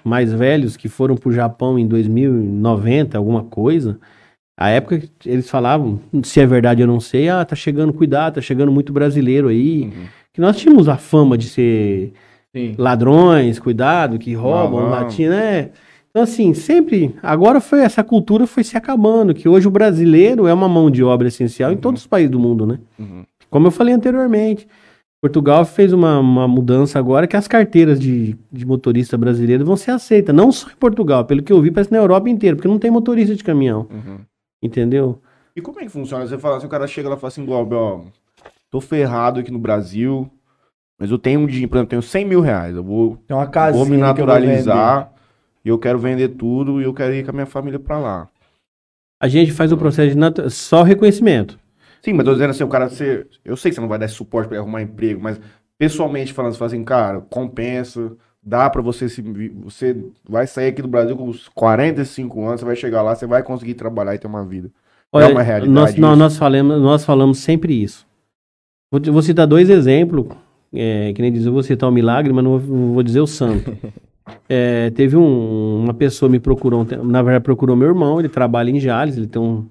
mais velhos que foram pro Japão em dois mil e noventa, alguma coisa, a época que eles falavam, se é verdade eu não sei, ah, tá chegando, cuidado, tá chegando muito brasileiro aí, Uhum. que nós tínhamos a fama de ser Sim. ladrões, cuidado, que roubam, Malandro. latim, né? Então, assim, sempre, agora foi, essa cultura foi se acabando, que hoje o brasileiro é uma mão de obra essencial em todos os países do mundo, né? Uhum. Como eu falei anteriormente, Portugal fez uma, uma mudança agora que as carteiras de, de motorista brasileiro vão ser aceitas, não só em Portugal, pelo que eu vi, parece na Europa inteira, porque não tem motorista de caminhão, Uhum. entendeu? E como é que funciona? Você fala assim, o cara chega lá e fala assim, Globo, ó, tô ferrado aqui no Brasil, mas eu tenho um dinheiro, por exemplo, eu tenho cem mil reais, eu vou, Tem uma casinha vou me que eu vou vender. naturalizar e eu quero vender tudo e eu quero ir com a minha família pra lá. A gente faz o processo de natu- só reconhecimento. Sim, mas tô dizendo assim, o cara, você, eu sei que você não vai dar esse suporte pra ele arrumar emprego, mas pessoalmente falando, você fala assim, cara, compensa, dá pra você se, você vai sair aqui do Brasil com uns quarenta e cinco anos, você vai chegar lá, você vai conseguir trabalhar e ter uma vida. Olha, é uma realidade nós, nós, isso? nós, falamos, nós falamos sempre isso. Vou, te- vou citar dois exemplos, é, que nem diz, eu vou citar o milagre, mas não vou, não vou dizer o santo. É, teve um- uma pessoa me procurou, um te- na verdade procurou meu irmão, ele trabalha em Jales, ele tem um,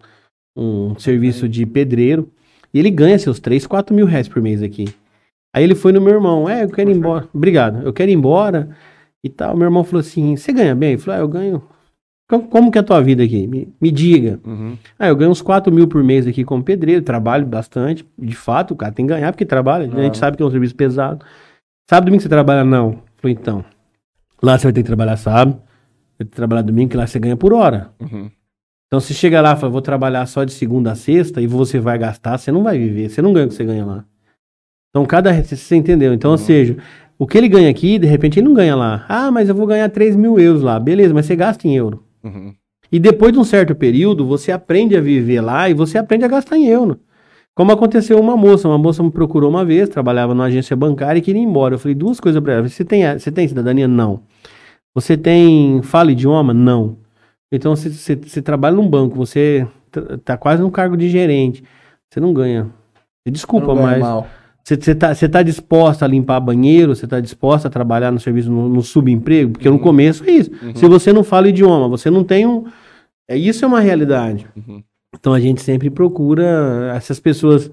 um serviço de pedreiro, e ele ganha seus três, quatro mil reais por mês aqui. Aí ele foi no meu irmão, é, eu quero ir embora, obrigado, eu quero ir embora e tal. Meu irmão falou assim, você ganha bem? Ele falou, ah, eu ganho. Como, como que é a tua vida aqui? Me, me diga. Uhum. Ah, eu ganho uns quatro mil por mês aqui como pedreiro, trabalho bastante. De fato, o cara tem que ganhar porque trabalha. A gente Ah. sabe que é um serviço pesado. Sábado, domingo você trabalha? Não. Falei, então. Lá você vai ter que trabalhar sábado, vai ter que trabalhar domingo, que lá você ganha por hora. Uhum. Então, se chega lá e fala, vou trabalhar só de segunda a sexta e você vai gastar, você não vai viver, você não ganha o que você ganha lá. Então, cada. Você entendeu? Então, ou seja, o que ele ganha aqui, de repente, ele não ganha lá. Ah, mas eu vou ganhar três mil euros lá. Beleza, mas você gasta em euro. Uhum. E depois de um certo período, você aprende a viver lá e você aprende a gastar em euro. Como aconteceu uma moça, uma moça me procurou uma vez, trabalhava numa agência bancária e queria ir embora. Eu falei duas coisas pra ela. Você tem, a- você tem cidadania? Não. Você tem, fala idioma? Não. Então você, você, você trabalha num banco, você tá, tá quase no cargo de gerente. Você não ganha. Desculpa, Não ganha mas mal. você, você, tá, você tá disposta a limpar banheiro? Você tá disposta a trabalhar no serviço, no, no subemprego? Porque no começo é isso. Se você não fala idioma, você não tem um... É, isso é uma realidade. Uhum. Então a gente sempre procura essas pessoas,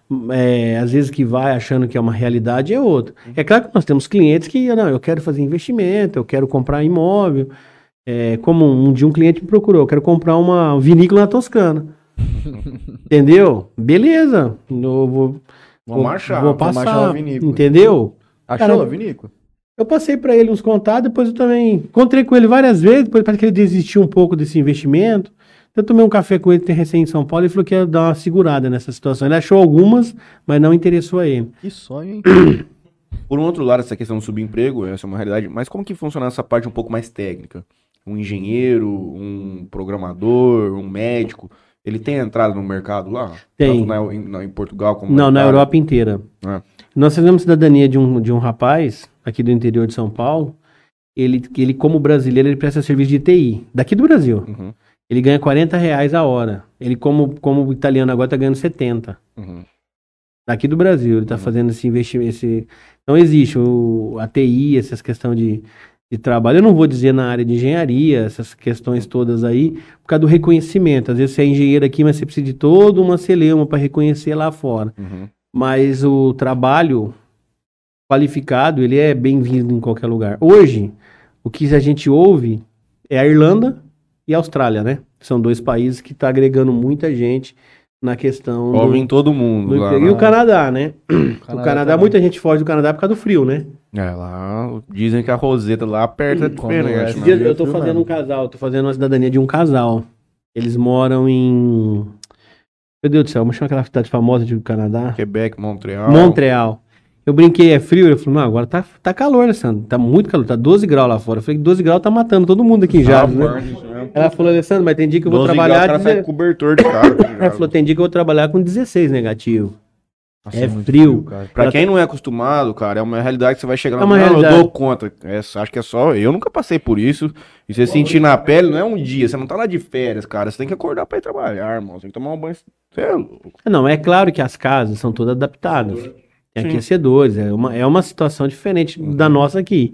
é, às vezes que vai achando que é uma realidade é outra. É claro que nós temos clientes que, não, eu quero fazer investimento, eu quero comprar imóvel. É, como um dia um cliente me procurou, eu quero comprar uma vinícola na Toscana. Entendeu? Beleza. Eu vou, Vamos marchar, vou vamos marchar passar. uma vinícola. Entendeu? Achou Cara, a vinícola? Eu passei pra ele uns contatos, depois eu também encontrei com ele várias vezes, depois parece que ele desistiu um pouco desse investimento. Eu tomei um café com ele, tem recém em São Paulo, e falou que ia dar uma segurada nessa situação. Ele achou algumas, mas não interessou a ele. Que sonho, hein? Por um outro lado, essa questão do subemprego, essa é uma realidade, mas como que funciona essa parte um pouco mais técnica? Um engenheiro, um programador, um médico, ele tem entrada no mercado lá? Tem. Tanto na, em, na- em Portugal como Não, na Itália? Europa inteira. É. Nós fizemos cidadania de um, de um rapaz, aqui do interior de São Paulo. Ele, ele, como brasileiro, ele presta serviço de T I, daqui do Brasil. Uhum, Ele ganha quarenta reais a hora. Ele, como, como italiano agora, tá ganhando setenta. uhum, Daqui do Brasil, ele tá fazendo esse investimento. Esse... Não existe o, a T I, essas questões de, de trabalho. Eu não vou dizer na área de engenharia, essas questões todas aí, por causa do reconhecimento. Às vezes você é engenheiro aqui, mas você precisa de toda uma celeuma para reconhecer lá fora. uhum. Mas o trabalho qualificado, ele é bem-vindo em qualquer lugar. Hoje, o que a gente ouve é a Irlanda e a Austrália, né? São dois países que estão agregando muita gente na questão do, Ouve em todo mundo do lá. emprego. E o né? Canadá, né? O Canadá Canadá, também. muita gente foge do Canadá por causa do frio, né? É, lá dizem que a roseta lá aperta Como é, diferente. Esses né? dias frio eu tô fazendo mesmo. um casal, tô fazendo uma cidadania de um casal. Eles moram em... Meu Deus do céu, como chama aquela cidade famosa do Canadá? Quebec, Montreal. Montreal. Eu brinquei, é frio? Ele falou, não, agora tá, tá calor, né, Sandro? Tá muito calor, tá doze graus lá fora. Eu falei que doze graus tá matando todo mundo aqui em Jales, né? Ela falou, Alessandro, mas tem dia que eu vou doze trabalhar... graus, o cara deze- sai com cobertor de cara. tá Ela ligado? falou, tem dia que eu vou trabalhar com dezesseis negativo. Nossa, É muito frio. cara. Pra Ela quem não é acostumado, cara, é uma realidade que você vai chegar lá É uma não, eu realidade. dou conta. É, acho que é só. Eu nunca passei por isso. E você sentir na pele não é um dia. Você não tá lá de férias, cara. Você tem que acordar pra ir trabalhar, irmão. Você tem que tomar um banho. Você é louco. Não, é claro que as casas são todas adaptadas. Tem Sim. aquecedores, é uma, é uma situação diferente da nossa aqui.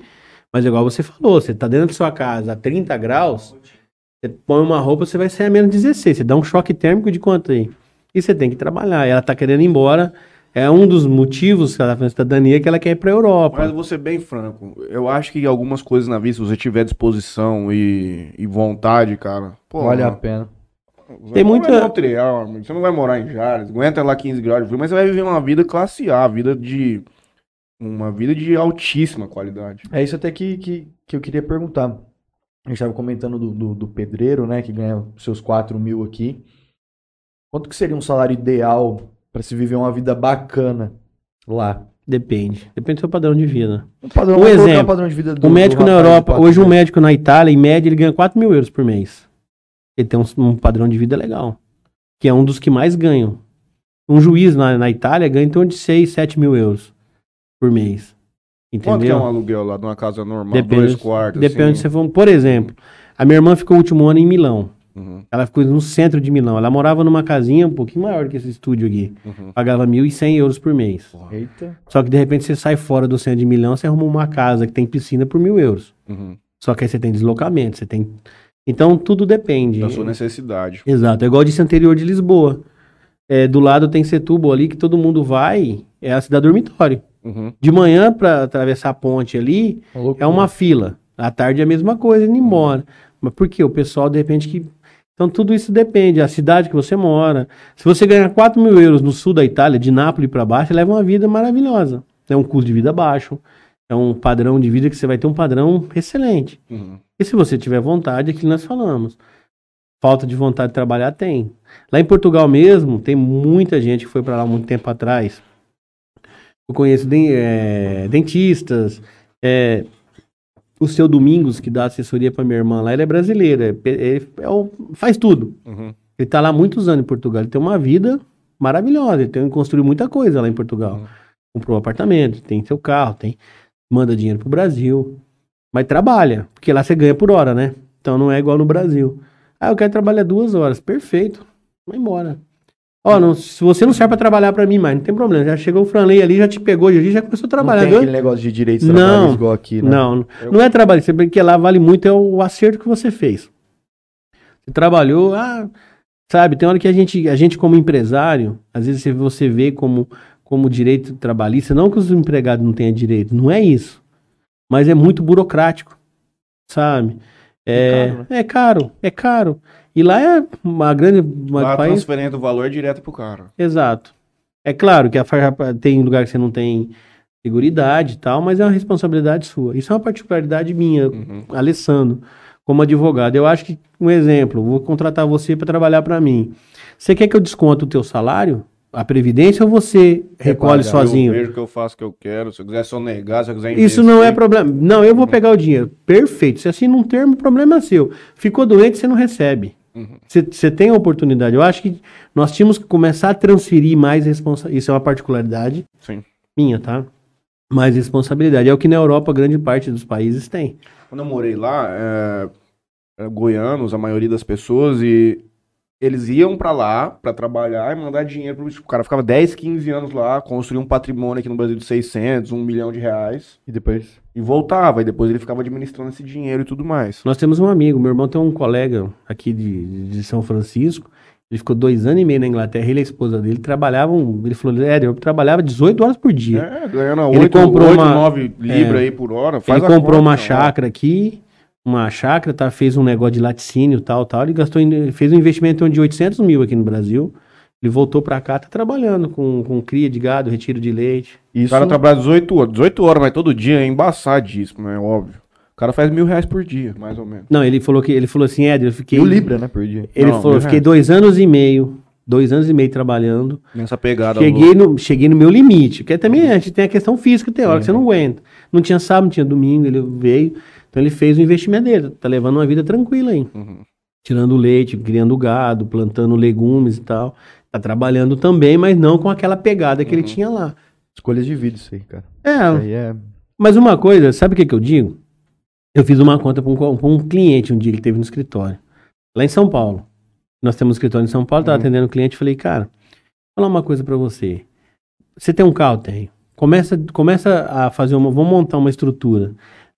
Mas igual você falou, você tá dentro da sua casa a trinta graus, você põe uma roupa, você vai sair a menos dezesseis. Você dá um choque térmico de quanto aí? E você tem que trabalhar. Ela tá querendo ir embora. É um dos motivos que ela fez cidadania que ela quer ir pra Europa. Mas vou ser bem franco. Eu acho que algumas coisas na vida, se você tiver disposição e, e vontade, cara. Pô, Vale a pena. Tem muita- Não é Montreal, amigo. Você não vai morar em Jales, aguenta lá quinze graus de frio, mas você vai viver uma vida classe A, vida de. Uma vida de altíssima qualidade. É isso até que, que, que eu queria perguntar. A gente estava comentando do, do, do pedreiro, né, que ganha seus quatro mil aqui. Quanto que seria um salário ideal para se viver uma vida bacana lá? Depende. Depende do seu padrão de vida. Um padrão, Um vamos colocar exemplo, o padrão de vida do O médico do na rapaz de Europa, quatro hoje um mil. médico na Itália, em média, ele ganha quatro mil euros por mês. Ele tem um, um padrão de vida legal. Que é um dos que mais ganham. Um juiz na, na Itália ganha em torno de seis, sete mil euros por mês. Entendeu? Quanto que é um aluguel lá de uma casa normal? Depende, Dois quartos. depende assim? de você for. Por exemplo, a minha irmã ficou o último ano em Milão. Uhum, Ela ficou no centro de Milão. Ela morava numa casinha um pouquinho maior que esse estúdio aqui. uhum. Pagava mil e cem euros por mês. Eita. Só que de repente você sai fora do centro de Milão, você arruma uma casa que tem piscina por mil euros. Uhum. Só que aí você tem deslocamento, você tem. Então tudo depende. Da sua necessidade. Exato. É igual disse anterior de Lisboa. É, do lado tem Setúbal ali que todo mundo vai, é a cidade dormitório. Uhum. De manhã para atravessar a ponte ali é uma fila. À tarde é a mesma coisa, indo embora. Mas por quê? O pessoal de repente que. Então tudo isso depende, a cidade que você mora. Se você ganhar quatro mil euros no sul da Itália, de Nápoles para baixo, leva uma vida maravilhosa. É um custo de vida baixo, é um padrão de vida que você vai ter um padrão excelente. Uhum. E se você tiver vontade, é aquilo que nós falamos. Falta de vontade de trabalhar, tem. Lá em Portugal mesmo, tem muita gente que foi para lá muito tempo atrás. Eu conheço den- é, dentistas, é, o seu Domingos, que dá assessoria para minha irmã lá, ele é brasileiro, é, pe- ele é o- faz tudo. Uhum. Ele tá lá há muitos anos em Portugal, ele tem uma vida maravilhosa, ele tem, construiu muita coisa lá em Portugal. Uhum. Comprou um apartamento, tem seu carro, tem, manda dinheiro pro Brasil, mas trabalha, porque lá você ganha por hora, né? Então não é igual no Brasil. Ah, eu quero trabalhar duas horas, perfeito, vai embora. Ó, não, se você não serve pra trabalhar pra mim mais, não tem problema, já chegou o Franley ali, já te pegou, ali, já começou a trabalhar. Não tem Dois- aquele negócio de direitos Não, trabalhistas igual aqui, né? Não, Eu- não é trabalho, você que lá vale muito é o acerto que você fez. Você trabalhou, ah, sabe, tem hora que a gente, a gente como empresário, às vezes você- você vê como, como direito trabalhista, não que os empregados não tenham direito, não é isso, mas é muito burocrático, sabe? É, caro, né? é caro, é caro. E lá é uma grande uma Lá a país. transferência do valor é direto pro cara. Exato. É claro que a farra tem lugar que você não tem seguridade e tal, mas é uma responsabilidade sua. Isso é uma particularidade minha, Uhum. Alessandro, como advogado. Eu acho que, um exemplo, vou contratar você para trabalhar para mim. Você quer que eu desconte o teu salário, a previdência, ou você recolhe pagar, sozinho? Eu vejo que eu faço o que eu quero. Se eu quiser sonegar, se eu quiser Isso não é investir. problema. Não, eu vou pegar o dinheiro. Perfeito. Se assina um termo, o problema é seu. Ficou doente, você não recebe. Uhum. Você você tem a oportunidade. Eu acho que nós tínhamos que começar a transferir mais responsabilidade. Isso é uma particularidade Sim. minha, tá? Mais responsabilidade. É o que na Europa grande parte dos países tem. Quando eu morei lá, é, é, goianos, a maioria das pessoas, e eles iam pra lá pra trabalhar e mandar dinheiro pro... O cara ficava dez, quinze anos lá, construía um patrimônio aqui no Brasil de seiscentos, um milhão de reais, E depois? e voltava. E depois ele ficava administrando esse dinheiro e tudo mais. Nós temos um amigo, meu irmão tem um colega aqui de, de São Francisco. Ele ficou dois anos e meio na Inglaterra, ele e a esposa dele trabalhavam. Ele falou, é, eu trabalhava dezoito horas por dia. É, ganhando Ele oito, comprou oito, uma- nove libras é. aí por hora. Faz Ele a comprou conta, uma ó. chácara aqui, uma chácara, tá, fez um negócio de laticínio, tal, tal. Ele gastou, em- fez um investimento de oitocentos mil aqui no Brasil. Ele voltou pra cá, tá trabalhando com, com cria de gado, retiro de leite. O Isso. cara trabalha dezoito horas. dezoito horas, mas todo dia é embaçadíssimo, né? Óbvio. O cara faz mil reais por dia, mais ou menos. Não, ele falou que ele falou assim, Éder, eu fiquei. E o Libra, né, por dia. Ele Não, falou, mil eu fiquei reais. dois anos e meio, dois anos e meio trabalhando. Nessa pegada. Cheguei no, cheguei no meu limite, porque também a gente tem a questão física, tem hora que Sim. você não aguenta. Não tinha sábado, não tinha domingo, ele veio. Então ele fez o investimento dele, tá levando uma vida tranquila aí. Uhum. Tirando leite, criando gado, plantando legumes e tal. Tá trabalhando também, mas não com aquela pegada que ele Uhum. tinha lá. Escolhas de vida isso aí, cara. É, Isso aí é... mas uma coisa, sabe o que, que eu digo? Eu fiz uma conta para um, co- pra um cliente um dia que ele teve no escritório, lá em São Paulo. Nós temos um escritório em São Paulo, tava Uhum. atendendo o cliente, falei, cara, vou falar uma coisa para você. Você tem um carro? Tenho. Começa, começa a fazer uma, vamos montar uma estrutura.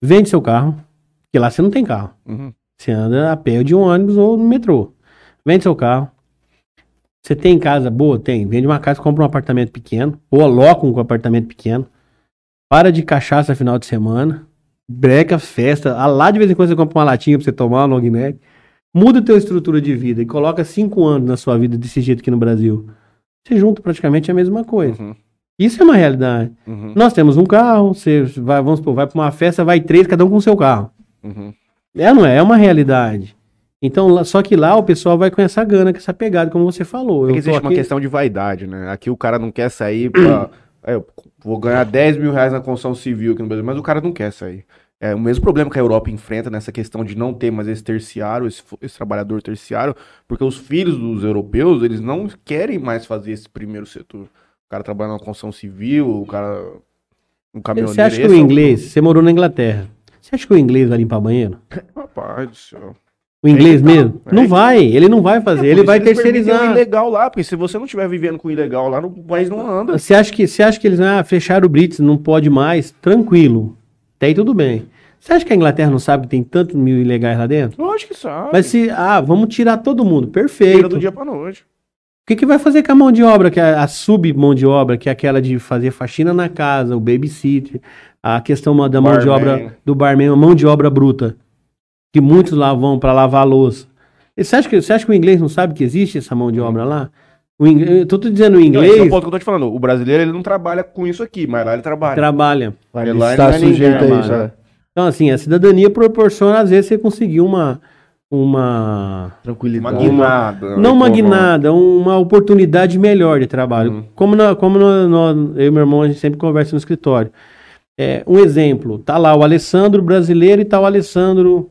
Vende seu carro, porque lá você não tem carro. Uhum. Você anda a pé de um ônibus ou no metrô. Vende seu carro. Você tem casa boa? Tem. Vende uma casa, compra um apartamento pequeno. Ou aloca um apartamento pequeno. Para de cachaça final de semana. Breca, festa. Ah, lá de vez em quando você compra uma latinha pra você tomar, um long neck. Muda a tua estrutura de vida e coloca cinco anos na sua vida desse jeito aqui no Brasil. Você junta praticamente a mesma coisa. Uhum. Isso é uma realidade. Uhum. Nós temos um carro, você vai, vamos supor, vai pra uma festa, vai três, cada um com o seu carro. Uhum. É, não é? É uma realidade. Então, lá- só que lá o pessoal vai com essa gana, com essa pegada, como você falou. É que Eu existe tô uma aqui... questão de vaidade, né? Aqui o cara não quer sair pra... É, eu vou ganhar dez mil reais na construção civil aqui no Brasil, mas o cara não quer sair. É o mesmo problema que a Europa enfrenta nessa questão de não ter mais esse terciário, esse, fo- esse trabalhador terciário, porque os filhos dos europeus, eles não querem mais fazer esse primeiro setor. O cara trabalha na construção civil, o cara... Um caminhoneiro... Você acha que esse o é inglês, você morou na Inglaterra, você acha que o inglês vai limpar banheiro? Rapaz do céu. O inglês que tá. mesmo? É não que- vai, ele não vai É fazer, por ele isso vai que eles permitem terceirizar. o ilegal lá, porque se você não estiver vivendo com o ilegal lá, no país não anda. Você acha que, você acha que eles ah, fecharam o Brits, não pode mais? Tranquilo. Até aí tudo bem. Você acha que a Inglaterra não sabe que tem tantos mil ilegais lá dentro? Lógico que sabe. Mas se, ah, vamos tirar todo mundo, Tira perfeito. do dia pra noite. O que, que vai fazer com a mão de obra, que é a, a sub-mão de obra, que é aquela de fazer faxina na casa, o babysitter, a questão da mão de Barman. obra, do barman, a mão de obra bruta, que muitos lá vão para lavar a louça. E Você acha, que, você acha que o inglês não sabe que existe essa mão de obra lá? O inglês, eu tô te dizendo, o Não, inglês esse é o ponto que eu tô te falando. O brasileiro, ele não trabalha com isso aqui, mas lá ele trabalha. trabalha. Vai Porque lá estar ele não é sujeito ninguém, a isso, mano. é. Então, assim, a cidadania proporciona, às vezes, você conseguir uma... uma Uma Tranquilidade. guinada. não uma Como- guinada, uma oportunidade melhor de trabalho. Uhum. Como, na- como nós, nós- eu e meu irmão, a gente sempre conversa no escritório. É, um exemplo, tá lá o Alessandro brasileiro e tá o Alessandro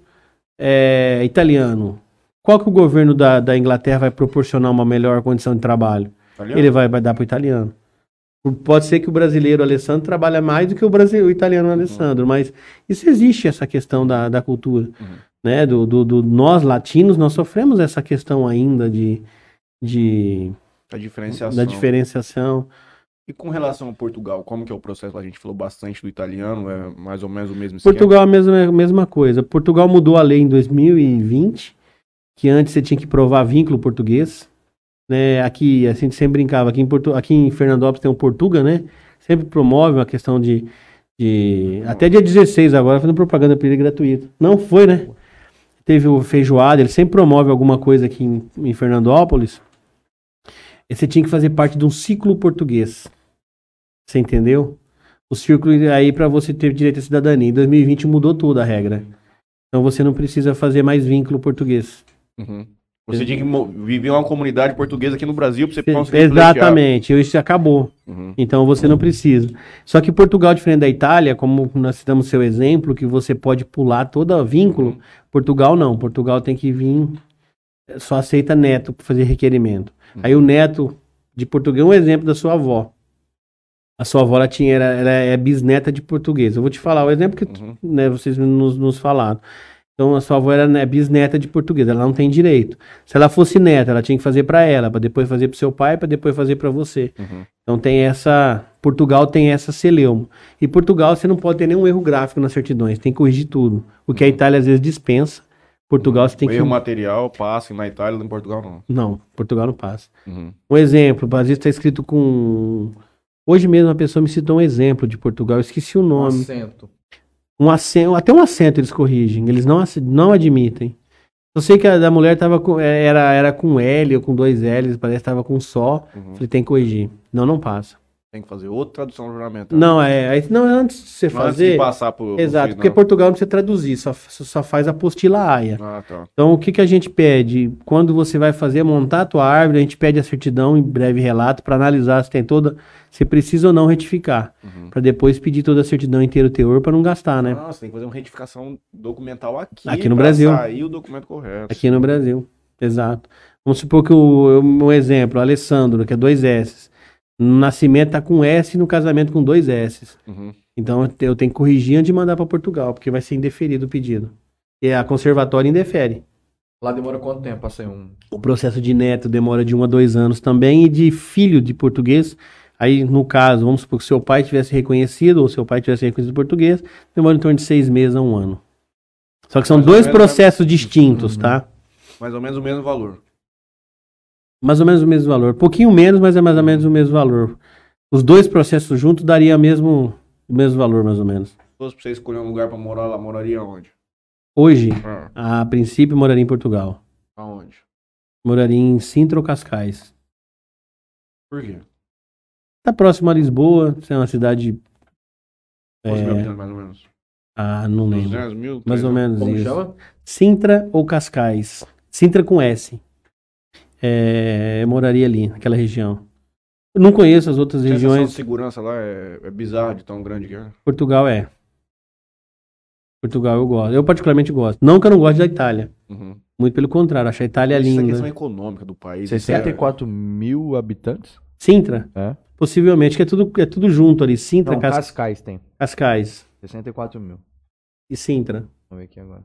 é, italiano. Qual que o governo da, da Inglaterra vai proporcionar uma melhor condição de trabalho? Tá ligado? Ele vai, vai dar pro italiano. Pode ser que o brasileiro Alessandro trabalhe mais do que o, brasileiro, o italiano Alessandro, mas isso existe, essa questão da, da cultura. Uhum. Né? Do, do, do- nós, latinos, nós sofremos essa questão ainda de, de, A diferenciação. da diferenciação. E com relação a Portugal, como que é o processo? A gente falou bastante do italiano, é mais ou menos o mesmo esquema. Portugal é a mesma, a mesma coisa. Portugal mudou a lei em dois mil e vinte, que antes você tinha que provar vínculo português. Né? Aqui, a gente sempre brincava, aqui em, Portu, aqui em Fernandópolis tem o Portuga, né? Sempre promove uma questão de, de... Até dia dezesseis agora, fazendo propaganda para ele gratuita. Não foi, né? Teve o feijoada, ele sempre promove alguma coisa aqui em, em Fernandópolis. E você tinha que fazer parte de um ciclo português. Você entendeu? O círculo aí para você ter direito à cidadania. Em dois mil e vinte mudou tudo a regra. Então você não precisa fazer mais vínculo português. Uhum. Você tinha que mo- viver uma comunidade portuguesa aqui no Brasil pra você conseguir Exatamente, isso acabou. pleitear. Uhum. Então você não precisa. Só que Portugal, diferente da Itália, como nós citamos seu exemplo, que você pode pular todo vínculo, Uhum. Portugal não. Portugal tem que vir, só aceita neto para fazer requerimento. Aí o neto de português é um exemplo da sua avó. A sua avó ela tinha, era, ela é bisneta de português. Eu vou te falar o exemplo que Uhum. né, vocês nos, nos falaram. Então a sua avó era né, bisneta de português, ela não tem direito. Se ela fosse neta, ela tinha que fazer para ela, para depois fazer para seu pai, para depois fazer para você. Uhum. Então tem essa, Portugal tem essa celeuma. E Portugal você não pode ter nenhum erro gráfico nas certidões, tem que corrigir tudo. O que a Itália às vezes dispensa, Portugal você tem o que erro material passa na Itália, em Portugal não. Não, Portugal não passa. Uhum. Um exemplo, às vezes está escrito com hoje mesmo uma pessoa me citou um exemplo de Portugal, eu esqueci o Um nome. acento. Um acento, até um acento eles corrigem, eles não, ace- não admitem. Eu sei que a da mulher tava com, era, era com L ou com dois L's, parece que estava com só. Uhum. Falei, tem que corrigir. Não, não passa. Tem que fazer outra tradução juramental. Não, é. Aí, não, antes de você Não, antes fazer. de passar pro, pro Exato, final. porque Portugal não precisa traduzir, só, só faz a apostila AIA. Ah, tá. Então, o que, que a gente pede? Quando você vai fazer, montar a tua árvore, a gente pede a certidão em breve relato para analisar se tem toda, se precisa ou não retificar. Uhum. Para depois pedir toda a certidão inteira o teor para não gastar, né? Nossa, tem que fazer uma retificação documental aqui. Aqui no pra Brasil. sair o documento correto. Aqui no Brasil. Exato. Vamos supor que o um exemplo, o Alessandro, que é dois S. No nascimento tá com S e no casamento com dois S. Uhum. Então eu te- eu tenho que corrigir antes de mandar para Portugal, porque vai ser indeferido o pedido. E a conservatória indefere. Lá demora quanto tempo pra sair um? O processo de neto demora de um a dois anos também, e de filho de português, Aí, no caso, vamos supor que seu pai tivesse reconhecido, ou seu pai tivesse reconhecido português, demora em torno de seis meses a um ano. Só que são Mais ou dois menos, processos distintos, Uhum. tá? Mais ou menos o mesmo valor. Mais ou menos o mesmo valor. Pouquinho menos, mas é mais ou menos o mesmo valor. Os dois processos juntos daria mesmo, o mesmo valor, mais ou menos. Se fosse pra você escolher um lugar pra morar lá, moraria onde? Hoje, Ah, a princípio, moraria em Portugal. aonde? Moraria em Sintra ou Cascais. Por quê? Tá próximo a Lisboa, é uma cidade... Quantos mil É, habitantes, mais ou menos? ah, não lembro. duzentos mil? Mais ou trezentos? menos Como isso. chama? Sintra ou Cascais. Sintra com S. É, eu moraria ali, naquela região. Eu não conheço as outras A sensação de regiões. segurança lá é, é bizarra de tão grande que é. Portugal é. Portugal eu gosto. Eu particularmente gosto. Não que eu não goste da Itália. Uhum. Muito pelo contrário, acho a Itália Isso é linda. questão econômica do país. isso sessenta e quatro mil habitantes? Sintra, É? possivelmente, que é tudo, é tudo junto ali. Sintra, Não, Cas- Cascais tem. Cascais sessenta e quatro mil. e Sintra. Vamos ver aqui agora.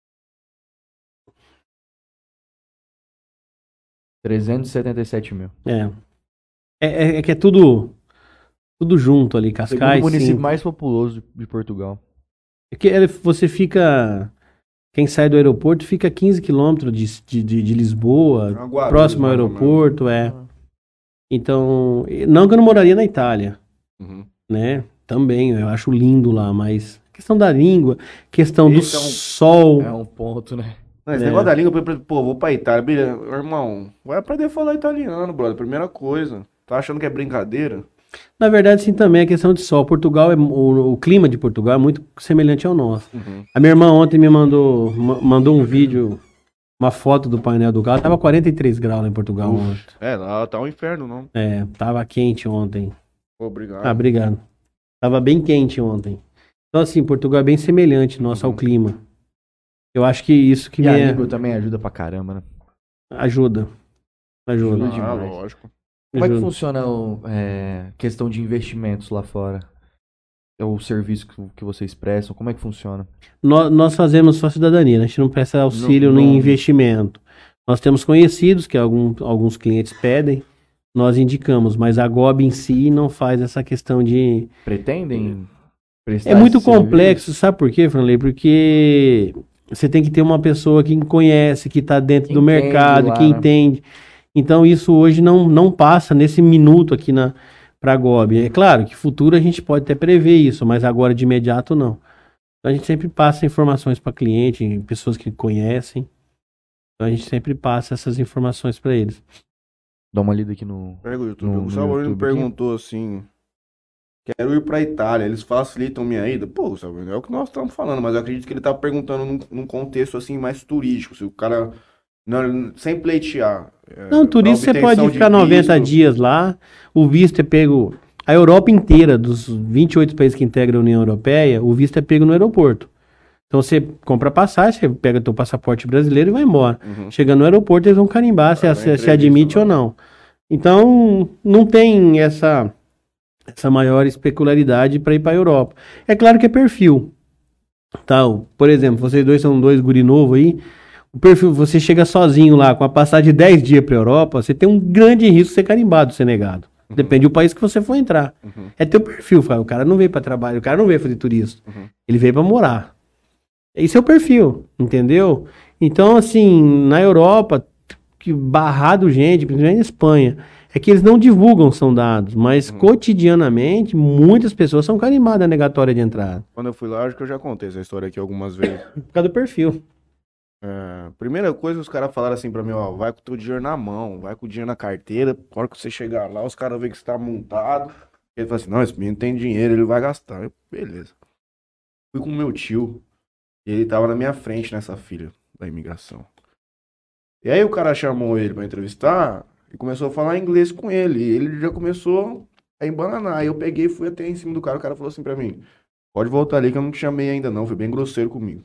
trezentos e setenta e sete mil. É. É, é- é que é tudo, tudo junto ali, Segundo Cascais, município Sintra. mais populoso de, de Portugal. É que ele- você fica... Quem sai do aeroporto fica quinze quilômetros de, de, de, de Lisboa, É uma Guarulhos, próximo ao mais ou aeroporto, é. Ah. Então, não que eu não moraria na Itália, Uhum. né? Também, eu acho lindo lá, mas questão da língua, questão do Esse é um- sol. É um ponto, né? Não, esse É. negócio da língua, por exemplo, pô, vou pra Itália, beleza, irmão, vai aprender a falar italiano, brother, primeira coisa. Tá achando que é brincadeira? Na verdade, sim, também é questão de sol. Portugal, é, o, o clima de Portugal é muito semelhante ao nosso. Uhum. A minha irmã ontem me mandou, ma- mandou um vídeo, uma foto do painel do carro. Tava quarenta e três graus lá em Portugal Uf. ontem. É, lá tá um inferno, não. É, tava quente ontem. Pô, obrigado. Ah, obrigado. Tava bem quente ontem. Então, assim, Portugal é bem semelhante nosso ao Uhum. clima. Eu acho que isso que E me a é- língua também ajuda pra caramba, né? ajuda. Ajuda. Ajuda Ah, demais. lógico. Como é que ajuda. funciona a questão de investimentos lá fora? É o serviço que, que vocês prestam? Como é que funciona? Nós, nós fazemos só cidadania, né? A gente não presta auxílio Não- nem não- investimento. Nós temos conhecidos que algum, alguns clientes pedem, nós indicamos, mas a G O B em si não faz essa questão de... Pretendem prestar É muito esse serviço? complexo, sabe por quê, Franley? Porque você tem que ter uma pessoa que conhece, que está dentro Que do entende mercado, lá, que né? entende. Então isso hoje não, não passa nesse minuto aqui na para a G O B. É claro que futuro a gente pode até prever isso, mas agora de imediato não. Então a gente sempre passa informações para cliente, pessoas que conhecem. Então a gente sempre passa essas informações para eles. Dá uma lida aqui no... Pega o YouTube. No- o no Gustavo Aurélio me YouTube aqui? perguntou assim: quero ir pra Itália, eles facilitam minha ida? Pô, Gustavo, é o que nós estamos falando, mas eu acredito que ele tá perguntando num, num contexto assim mais turístico. Se o cara. Não, sem pleitear. é, Não, turista pra você pode obtenção de ficar noventa visto. dias lá. O visto é pego. A Europa inteira, dos vinte e oito países que integram a União Europeia, o visto é pego no aeroporto. Então você compra passagem, você pega teu passaporte brasileiro e vai embora. Uhum. Chegando no aeroporto, eles vão carimbar se, Ah, se, vai se admite entrevista ou lá. não. Então, não tem essa, essa maior especularidade para ir para a Europa. É claro que é perfil. Tá? O- Por exemplo, vocês dois são dois guri novo aí. O perfil, você chega sozinho lá, com a passagem de dez dias para Europa, você tem um grande risco de ser carimbado, de ser negado. Depende do país que você for entrar. Uhum. É teu perfil, cara. O cara não veio para trabalho, o cara não veio fazer turismo. Uhum. Ele veio para morar. Esse é o perfil, entendeu? Então, assim, na Europa, que barrado gente, principalmente na Espanha, é que eles não divulgam, são dados, mas Uhum. cotidianamente, muitas pessoas são carimbadas na negatória de entrada, Quando eu fui lá, acho que eu já contei essa história aqui algumas vezes. por causa do perfil. É, primeira coisa, os caras falaram assim pra mim, ó, vai com o teu dinheiro na mão, vai com o dinheiro na carteira, na hora que você chegar lá, os caras veem que você tá montado. Ele fala assim, não, esse menino tem dinheiro, ele vai gastar. Eu, beleza. Fui com o meu tio, e ele tava na minha frente nessa fila da imigração. E aí o cara chamou ele pra entrevistar e começou a falar inglês com ele. E ele já começou a embananar. Aí eu peguei e fui até em cima do cara, o cara falou assim pra mim, pode voltar ali que eu não te chamei ainda não, foi bem grosseiro comigo.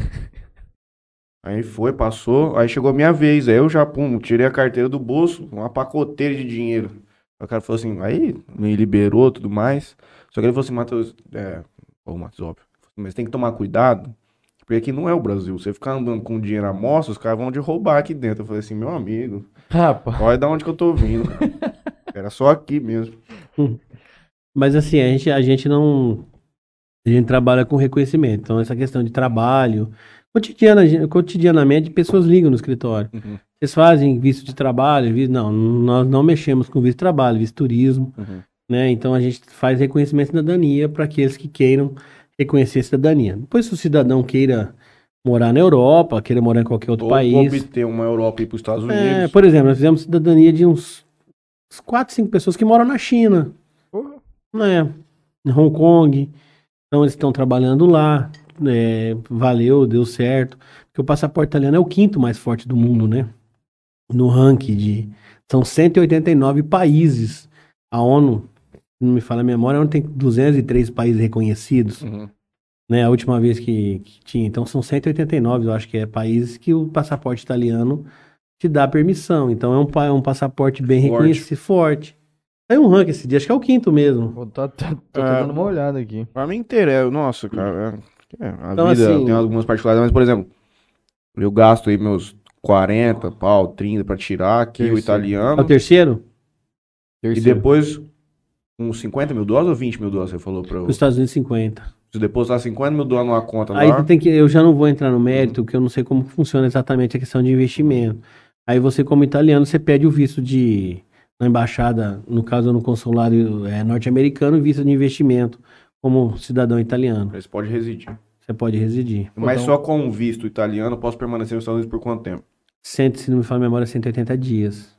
Aí foi, passou, aí chegou a minha vez. Aí eu já, pum, tirei a carteira do bolso, uma pacoteira de dinheiro. Aí o cara falou assim, aí me liberou tudo mais. Só que ele falou assim, Matheus, é, ô Matheus, óbvio, mas tem que tomar cuidado, porque aqui não é o Brasil. Você ficar andando com dinheiro à mostra, os caras vão te roubar aqui dentro. Eu falei assim, meu amigo, Rapaz. olha da onde que eu tô vindo. Era só aqui mesmo. Mas assim, a gente, a gente não. A gente trabalha com reconhecimento. Então, essa questão de trabalho. Cotidiana, cotidianamente, pessoas ligam no escritório. Uhum, Vocês fazem visto de trabalho? Visto... Não, nós não mexemos com visto de trabalho, visto de turismo. uhum. Né? Então, a gente faz reconhecimento de cidadania para aqueles que queiram reconhecer a cidadania. Depois, se o cidadão queira morar na Europa, queira morar em qualquer outro Ou país. obter uma Europa e ir para os Estados É, Unidos. por exemplo, nós fizemos cidadania de uns, uns quatro, cinco pessoas que moram na China. Porra. Né? Em Hong Kong. Então eles estão trabalhando lá, é, valeu, deu certo. Porque o passaporte italiano é o quinto mais forte do mundo, né? No ranking de... São cento e oitenta e nove países. A ONU, não me fala a memória, a ONU tem duzentos e três países reconhecidos, Uhum. né? A última vez que, que tinha. Então são cento e oitenta e nove, eu acho que é, países que o passaporte italiano te dá permissão. Então é um, pa- é um passaporte bem Forte. reconhecido, forte. Tem um ranking esse dia, acho que é o quinto mesmo. Vou tá, tá, tô É. dando uma olhada aqui. Pra mim interessa. Nossa, cara. É, é, a Então, vida assim- tem algumas particularidades, mas, por exemplo, eu gasto aí meus quarenta, pau, trinta pra tirar aqui o Terceiro. É o italiano. terceiro? E Terceiro. depois, uns cinquenta mil dólares ou vinte mil dólares, você falou pra eu. Os Estados Unidos cinquenta. Se depositar cinquenta mil dólares numa conta Aí lá. tem que, eu já não vou entrar no mérito, porque eu não sei como funciona exatamente a questão de investimento. Aí você, como italiano, você pede o visto de na embaixada, no caso no consulado é, norte-americano, visto de investimento como cidadão italiano. Você pode residir. Você pode residir. Mas então- só com um visto italiano eu posso permanecer nos Estados Unidos por quanto tempo? Cento, se não me falha a memória, cento e oitenta dias.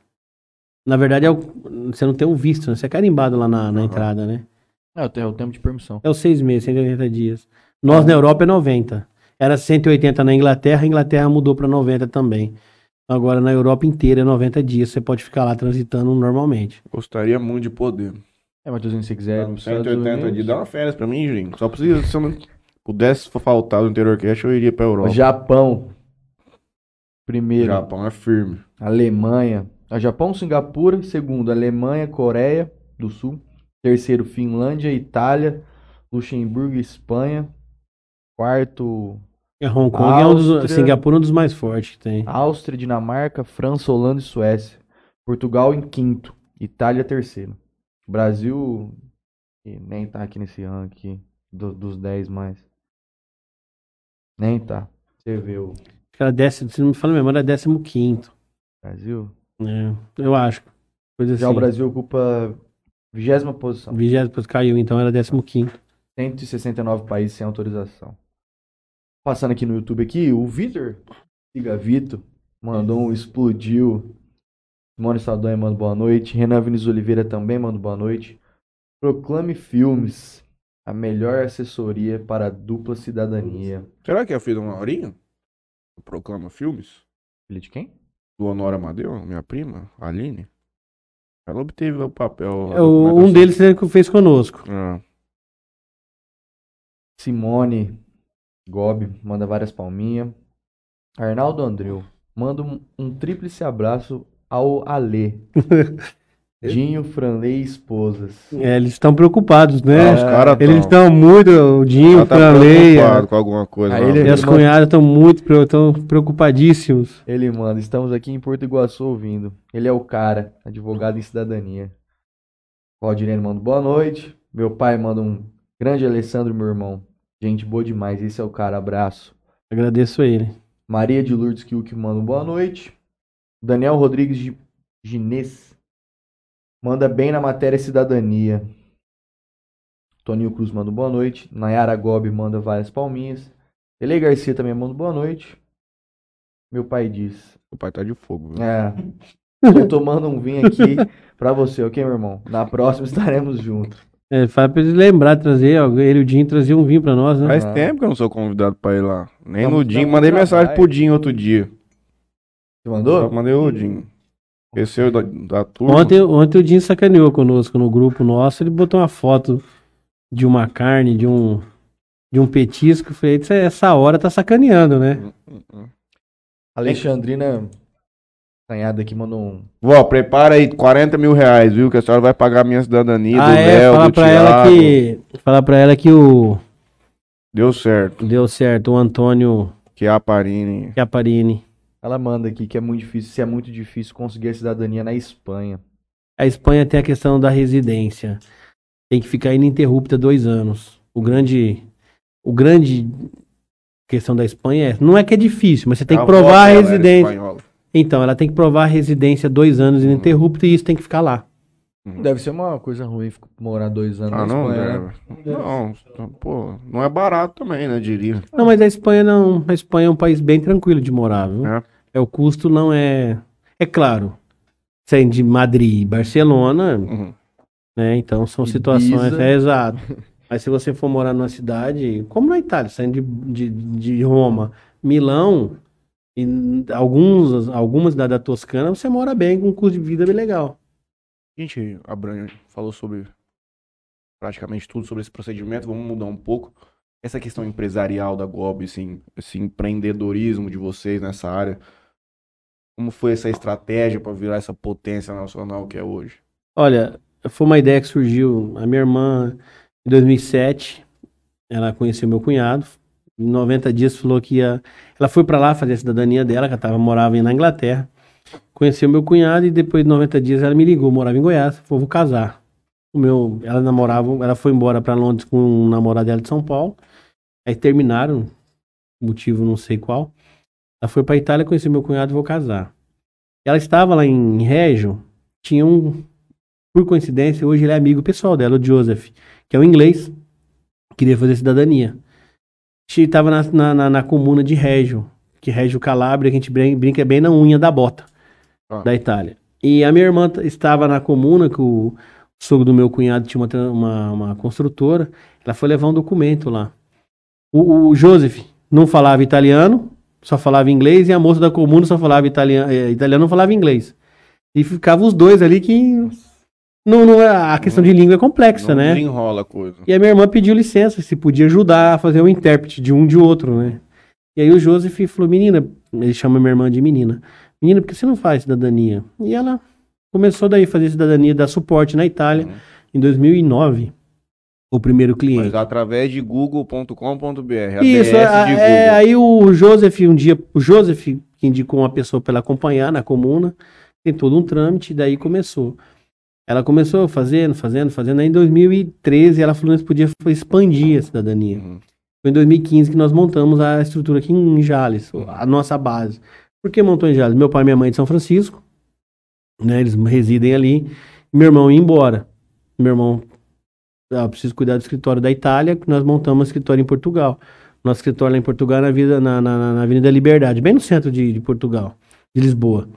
Na verdade, é o, você não tem um visto, né? Você é carimbado lá na, na Aham. entrada, né? É, eu tenho o tempo de permissão. É os seis meses, cento e oitenta dias. Nós na Europa é noventa. Era cento e oitenta na Inglaterra, a Inglaterra mudou para noventa também. Agora na Europa inteira é noventa dias, você pode ficar lá transitando normalmente. Gostaria muito de poder. É, mas se você quiser ir pros cento e Estados oitenta Unidos- dias, dá uma férias pra mim, gente. Só precisa, se eu não pudesse faltar do interior cash, eu iria pra O Europa. Japão. O Primeiro, Japão é firme. Alemanha. A Japão, Singapura. Segundo, Alemanha, Coreia do Sul. Terceiro, Finlândia, Itália, Luxemburgo, Espanha. Quarto, É, Hong Kong é um dos. Áustria. Singapura é um dos mais fortes que tem. Áustria, Dinamarca, França, Holanda e Suécia. Portugal em quinto. Itália terceiro. Brasil e nem tá aqui nesse ranking do- dos dez mais. Nem tá. Você vê o Acho que era décimo, se não me fala a memória, é décimo quinto. Brasil. É, eu acho. Coisa assim. Já o Brasil ocupa vigésima posição. Vigésimo, depois caiu, então era décimo quinto. cento e sessenta e nove países sem autorização. Passando aqui no YouTube aqui, o Vitor, siga Vitor, mandou um explodiu. Simone Saldanha manda boa noite. Renan Vinícius Oliveira também manda boa noite. Proclame Filmes, a melhor assessoria para a dupla cidadania. Será que é a filha do Maurinho? O Proclama Filmes? Filho de quem? Do Honora Amadeu, minha prima, a Aline? Ela obteve o papel. a É, o- um documentação. deles ele fez conosco. Ah, Simone Gobi manda várias palminhas. Arnaldo Andreu manda um, um tríplice abraço ao Alê. Dinho, Franley e esposas. É, eles estão preocupados, né? Ah, os caras Eles tão- estão muito, o Dinho, ela o tá Franley, preocupado com alguma coisa. Aí lá. ele- e as manda- cunhadas estão muito pre- tão preocupadíssimos. Ele manda, estamos aqui em Porto Iguaçu ouvindo. Ele é o cara, advogado em cidadania. Valdirene manda boa noite. Meu pai manda um grande Alessandro, meu irmão. Gente boa demais, esse é o cara, abraço. Agradeço a ele. Maria de Lourdes Kiuk manda um boa noite. Daniel Rodrigues de Ginês manda bem na matéria cidadania. Toninho Cruz manda um boa noite. Nayara Gobi manda várias palminhas. Ele Garcia também manda boa noite. Meu pai diz: O pai tá de fogo, viu? É, tô tomando um vinho aqui pra você, ok, meu irmão? Na próxima estaremos juntos. É, fala pra eles lembrar de trazer, ó, ele e o Dinho traziam um vinho pra nós, né? Faz Ah. tempo que eu não sou convidado pra ir lá. Nem Dá no muito- Dinho. dá muito Mandei mensagem trabalho. pro Dinho outro dia. Você mandou? Só mandei o Dinho. Esqueceu da, da turma. Ontem, ontem o Dinho sacaneou conosco no grupo nosso, ele botou uma foto de uma carne, de um, de um petisco. Eu falei, "Isso é- essa hora tá sacaneando, né? Hum, hum. Alexandrina Canhada aqui mandou um. Vó, prepara aí quarenta mil reais, viu? Que a senhora vai pagar a minha cidadania Ah, do é, Léo, fala do pra ela Thiago. que. Fala pra ela que o. Deu certo. Deu certo, o Antônio Que é a Parini. Chiaparini. Ela manda aqui que é muito difícil, se é muito difícil conseguir a cidadania na Espanha. A Espanha tem a questão da residência. Tem que ficar ininterrupta dois anos. O grande, o grande questão da Espanha é, não é que é difícil, mas você tem que provar a residência. Então, ela tem que provar a residência dois anos ininterrupta e isso tem que ficar lá. Deve ser uma coisa ruim morar dois anos ah, na não, Espanha. Né? Não, pô, não é barato também, né, diria. Não, mas a Espanha não, a Espanha é um país bem tranquilo de morar, viu? É. É, o custo não é... É claro, saindo de Madrid e Barcelona, Uhum. né, então são Ibiza. situações... É, exato. Mas se você for morar numa cidade, como na Itália, saindo de, de, de Roma, Milão, e alguns, algumas cidades da Toscana, você mora bem, com um custo de vida bem legal. A gente abrange, falou sobre praticamente tudo sobre esse procedimento, vamos mudar um pouco. Essa questão empresarial da Gobi, assim, esse empreendedorismo de vocês nessa área, como foi essa estratégia para virar essa potência nacional que é hoje? Olha, foi uma ideia que surgiu, a minha irmã, em dois mil e sete, ela conheceu meu cunhado, em noventa dias falou que ia... Ela foi para lá fazer a cidadania dela, que ela tava, morava na Inglaterra, conheceu meu cunhado e depois de noventa dias ela me ligou, morava em Goiás, falou, vou casar. O meu, ela namorava, ela foi embora para Londres com um namorado dela de São Paulo, aí terminaram, motivo não sei qual. Ela foi para Itália, conheceu meu cunhado e vou casar. Ela estava lá em Reggio, tinha um, por coincidência, hoje ele é amigo pessoal dela, o Joseph, que é um inglês, queria fazer cidadania. Estava na, na, na, na comuna de Reggio, que Reggio Calabria, que a gente brinca bem na unha da bota, ah. da Itália. E a minha irmã estava na comuna, que o O sogro do meu cunhado tinha uma, uma, uma construtora, ela foi levar um documento lá. O, o Joseph não falava italiano, só falava inglês, e a moça da comuna só falava italiano, italiano não falava inglês. E ficavam os dois ali que... Não, não, a questão não, de língua é complexa, não né? Não enrola a coisa. E a minha irmã pediu licença, se podia ajudar a fazer o intérprete de um de outro, né? E aí o Joseph falou, menina, ele chama minha irmã de menina, menina, por que você não faz cidadania? E ela... Começou daí a fazer cidadania, dar suporte na Itália, uhum. em dois mil e nove, o primeiro cliente. Mas através de google ponto com ponto b r. Isso, a, é, aí o Joseph, um dia, o Joseph, que indicou uma pessoa para ela acompanhar na comuna, tem todo um trâmite, daí começou. Ela começou fazendo, fazendo, fazendo, aí em dois mil e treze ela falou que podia expandir a cidadania. Uhum. Foi em dois mil e quinze que nós montamos a estrutura aqui em Jales, uhum. a nossa base. Por que montou em Jales? Meu pai e minha mãe de São Francisco, né, eles residem ali, meu irmão ia embora, meu irmão, ah, eu preciso cuidar do escritório da Itália, nós montamos um escritório em Portugal, nosso escritório lá em Portugal na, vida, na, na, na Avenida Liberdade, bem no centro de, de Portugal, de Lisboa,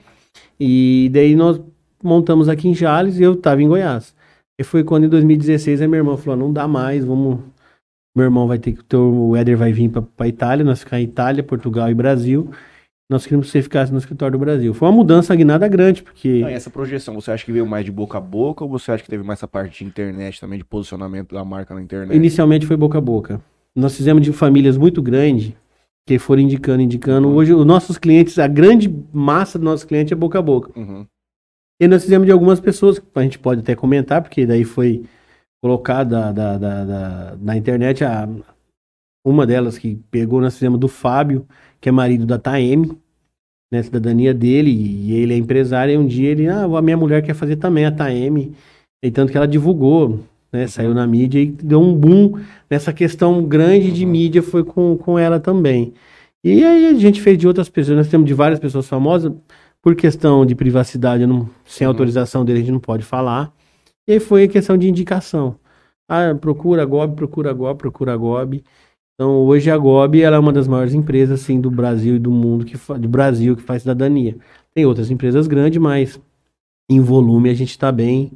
e daí nós montamos aqui em Jales e eu estava em Goiás, e foi quando em dois mil e dezesseis a minha irmã falou, não dá mais, vamos, meu irmão vai ter que, o Éder vai vir para a Itália, nós ficar em Itália, Portugal e Brasil. Nós queríamos que você ficasse no escritório do Brasil. Foi uma mudança guinada grande, porque... Não, e essa projeção, você acha que veio mais de boca a boca ou você acha que teve mais essa parte de internet também, de posicionamento da marca na internet? Inicialmente foi boca a boca. Nós fizemos de famílias muito grandes, que foram indicando, indicando. Uhum. Hoje, os nossos clientes, a grande massa dos nossos clientes é boca a boca. Uhum. E nós fizemos de algumas pessoas, que a gente pode até comentar, porque daí foi colocada da, da, da, na internet, a, uma delas que pegou, nós fizemos do Fábio, que é marido da Taeme, né, cidadania dele, e ele é empresário, e um dia ele, ah, a minha mulher quer fazer também a Taeme, e tanto que ela divulgou, né, uhum. saiu na mídia e deu um boom nessa questão grande uhum. de mídia, foi com, com ela também. E aí a gente fez de outras pessoas, nós temos de várias pessoas famosas, por questão de privacidade, não, sem uhum. autorização dele a gente não pode falar, e aí foi a questão de indicação. Ah, procura a Gobi, procura a Gobi, procura a Gobi. Então, hoje a Gobi ela é uma das maiores empresas assim, do Brasil e do mundo, que do Brasil, que faz cidadania. Tem outras empresas grandes, mas em volume a gente está bem,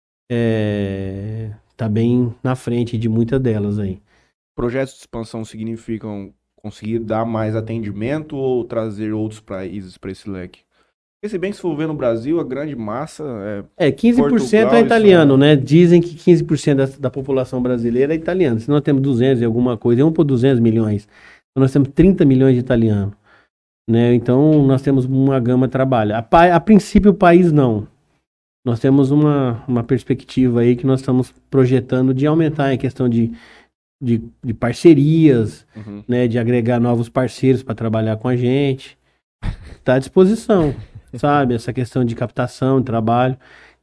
é, tá bem na frente de muitas delas aí. Projetos de expansão significam conseguir dar mais atendimento ou trazer outros países para esse leque? Porque se bem que se for ver no Brasil, a grande massa é... É, quinze por cento Portugal, é italiano, é... né? Dizem que quinze por cento da, da população brasileira é italiana. Se nós temos duzentos e alguma coisa, vamos por duzentos milhões. Então nós temos trinta milhões de italianos. Né? Então nós temos uma gama de trabalho. A, a princípio o país não. Nós temos uma, uma perspectiva aí que nós estamos projetando de aumentar em questão de, de, de parcerias, uhum. né? De agregar novos parceiros para trabalhar com a gente. Está à disposição. Sabe, essa questão de captação, de trabalho.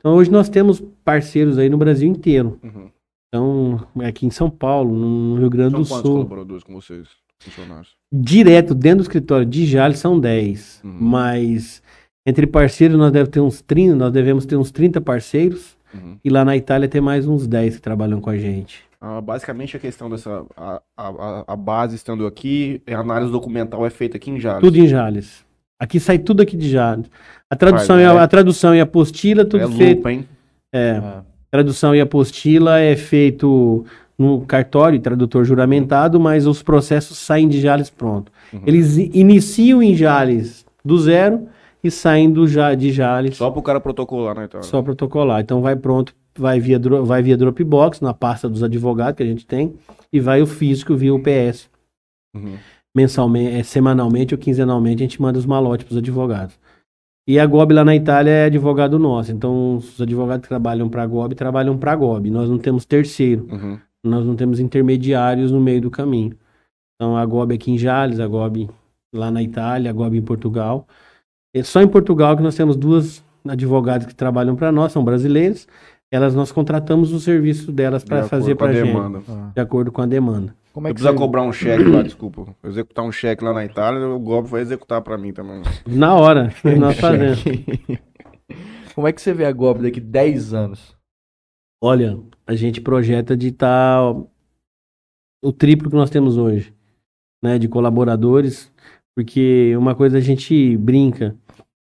Então hoje nós temos parceiros aí no Brasil inteiro. Uhum. Então, aqui em São Paulo, no Rio Grande São do quantos Sul. colaboradores com vocês, funcionários? Direto dentro do escritório de Jales são dez. Uhum. Mas entre parceiros nós devemos ter uns trinta, nós devemos ter uns trinta parceiros. Uhum. E lá na Itália tem mais uns dez que trabalham com a gente. Ah, basicamente a questão dessa. A, a, a base estando aqui, a análise documental é feita aqui em Jales. Tudo em Jales. Aqui sai tudo aqui de Jales. A tradução, Faz, e, a, é. a tradução e a apostila, tudo É feito. lupa, hein? É. Ah, Tradução e apostila é feito no cartório, tradutor juramentado, mas os processos saem de Jales pronto. Uhum. Eles i- iniciam em Jales do zero e saem do, Ja- de Jales Só pro cara protocolar, né, Itália? só protocolar. Então vai pronto, vai via, dro- vai via Dropbox, na pasta dos advogados que a gente tem, e vai o físico via U P S. Uhum. Mensalmente, é, semanalmente ou quinzenalmente a gente manda os malotes para os advogados. E a G O B lá na Itália é advogado nosso. Então os advogados que trabalham para a G O B trabalham para a G O B. Nós não temos terceiro, Uhum. nós não temos intermediários no meio do caminho. Então a G O B aqui em Jales, a G O B lá na Itália, a G O B em Portugal. É só em Portugal que nós temos duas advogadas que trabalham para nós, são brasileiras. Elas nós contratamos o serviço delas De para acordo fazer com a para gente, demanda. ah. de acordo com a demanda. Como Se é que precisar você... cobrar um cheque lá, desculpa, executar um cheque lá na Itália, o Gob vai executar pra mim também. Na hora, nós fazemos. Como é que você vê a G O B daqui dez anos? Olha, a gente projeta de estar o triplo que nós temos hoje, né, de colaboradores, porque uma coisa a gente brinca.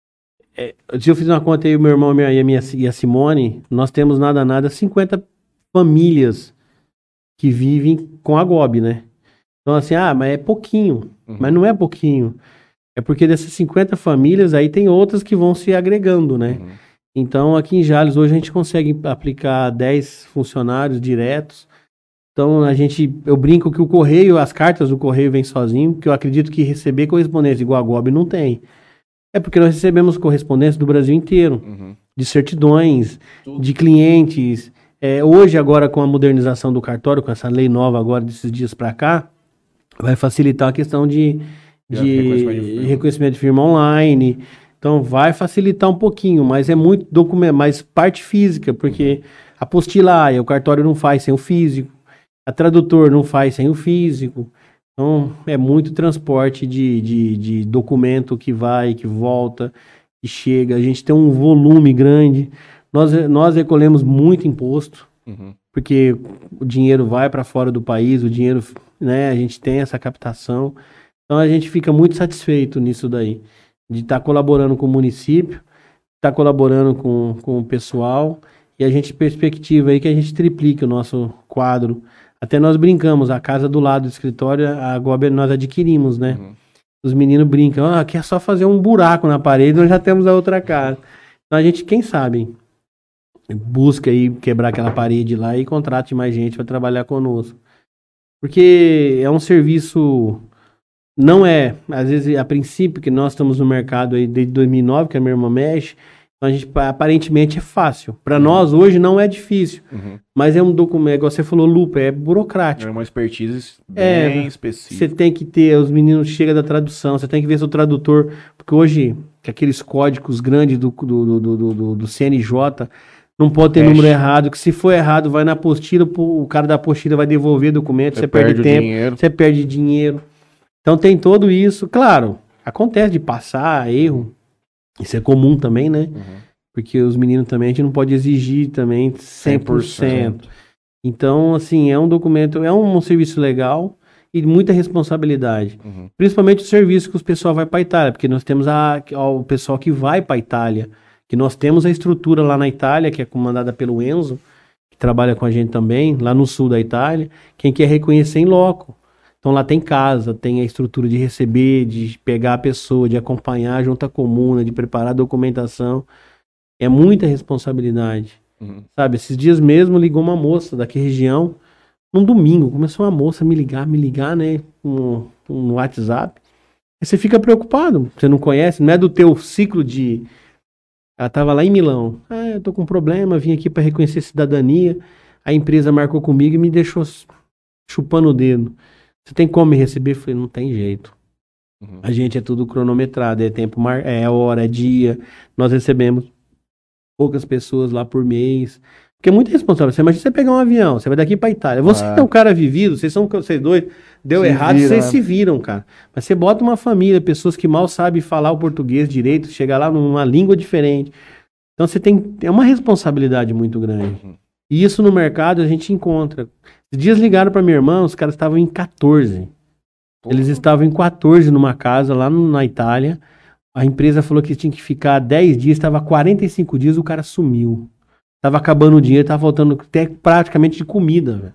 É, se eu fiz uma conta aí, o meu irmão e a, minha, e a Simone, nós temos nada, nada, cinquenta famílias que vivem com a G O B, né? Então assim, ah, mas é pouquinho. Uhum. Mas não é pouquinho. É porque dessas cinquenta famílias, aí tem outras que vão se agregando, né? Uhum. Então, aqui em Jales, hoje a gente consegue aplicar dez funcionários diretos. Então, a gente, eu brinco que o correio, as cartas do correio vêm sozinho, porque eu acredito que receber correspondência igual a G O B não tem. É porque nós recebemos correspondência do Brasil inteiro, Uhum. de certidões, Tudo. de clientes. É, hoje, agora, com a modernização do cartório, com essa lei nova agora, desses dias para cá, vai facilitar a questão de, De de reconhecimento de firma. reconhecimento de firma online. Então vai facilitar um pouquinho, mas é muito documento, mais parte física, porque a apostila, o cartório não faz sem o físico, a tradutor não faz sem o físico. Então é muito transporte de, de, de documento que vai, que volta, que chega. A gente tem um volume grande. Nós, nós recolhemos muito imposto, Uhum. porque o dinheiro vai para fora do país, o dinheiro, né, a gente tem essa captação. Então a gente fica muito satisfeito nisso daí, de estar colaborando com o município, estar colaborando com, com o pessoal, e a gente perspectiva aí que a gente triplique o nosso quadro. Até nós brincamos, a casa do lado do escritório, a G O B nós adquirimos, né? Uhum. Os meninos brincam, ah, aqui é só fazer um buraco na parede, nós já temos a outra casa. Então a gente, quem sabe, busca aí quebrar aquela parede lá e contrate mais gente para trabalhar conosco. Porque é um serviço, não é, às vezes, a princípio, que nós estamos no mercado aí desde dois mil e nove, que a minha irmã mexe, então a gente, aparentemente é fácil. Para nós, hoje, não é difícil. Uhum. Mas é um documento, igual você falou, lupa, é burocrático. É uma expertise bem É, específica. Você tem que ter, os meninos chegam da tradução, você tem que ver seu tradutor, porque hoje, que aqueles códigos grandes do, do, do, do, do, do C N J, não pode ter Fecha. número errado, que se for errado, vai na apostila, pô, o cara da apostila vai devolver o documento, você, Você perde, perde o tempo, dinheiro. você perde dinheiro. Então tem todo isso, claro, acontece de passar erro, isso é comum também, né? Uhum. Porque os meninos também, a gente não pode exigir também cem por cento. Então, assim, é um documento, é um, um serviço legal e muita responsabilidade. Uhum. Principalmente o serviço que o pessoal vai para a Itália, porque nós temos a, o pessoal que vai para a Itália, que nós temos a estrutura lá na Itália, que é comandada pelo Enzo, que trabalha com a gente também, lá no sul da Itália, quem quer reconhecer em loco. Então lá tem casa, tem a estrutura de receber, de pegar a pessoa, de acompanhar a junta comuna, de preparar a documentação. É muita responsabilidade. Uhum. Sabe, esses dias mesmo ligou uma moça daqui região, num domingo, começou uma moça a me ligar, me ligar, né, no, no WhatsApp. Aí você fica preocupado, você não conhece, não é do teu ciclo de... Ela tava lá em Milão. Ah, eu tô com um problema, vim aqui para reconhecer cidadania. A empresa marcou comigo e me deixou chupando o dedo. Você tem como me receber? Eu falei, não tem jeito. Uhum. A gente é tudo cronometrado, é tempo, mar... é hora, é dia. Nós recebemos poucas pessoas lá por mês. Porque é muito responsável. Você imagina você pegar um avião, você vai daqui pra Itália. Você Ah. é um cara vivido, vocês são vocês dois, deu Se errado, vira, vocês né? se viram, cara. Mas você bota uma família, pessoas que mal sabem falar o português direito, chegar lá numa língua diferente. Então você tem é uma responsabilidade muito grande. E isso no mercado a gente encontra. Esses dias ligaram pra minha irmã, os caras estavam em quatorze. Eles estavam em quatorze numa casa lá no- na Itália. A empresa falou que tinha que ficar dez dias, estava quarenta e cinco dias, o cara sumiu. Tava acabando o dinheiro, tava faltando até praticamente de comida, velho.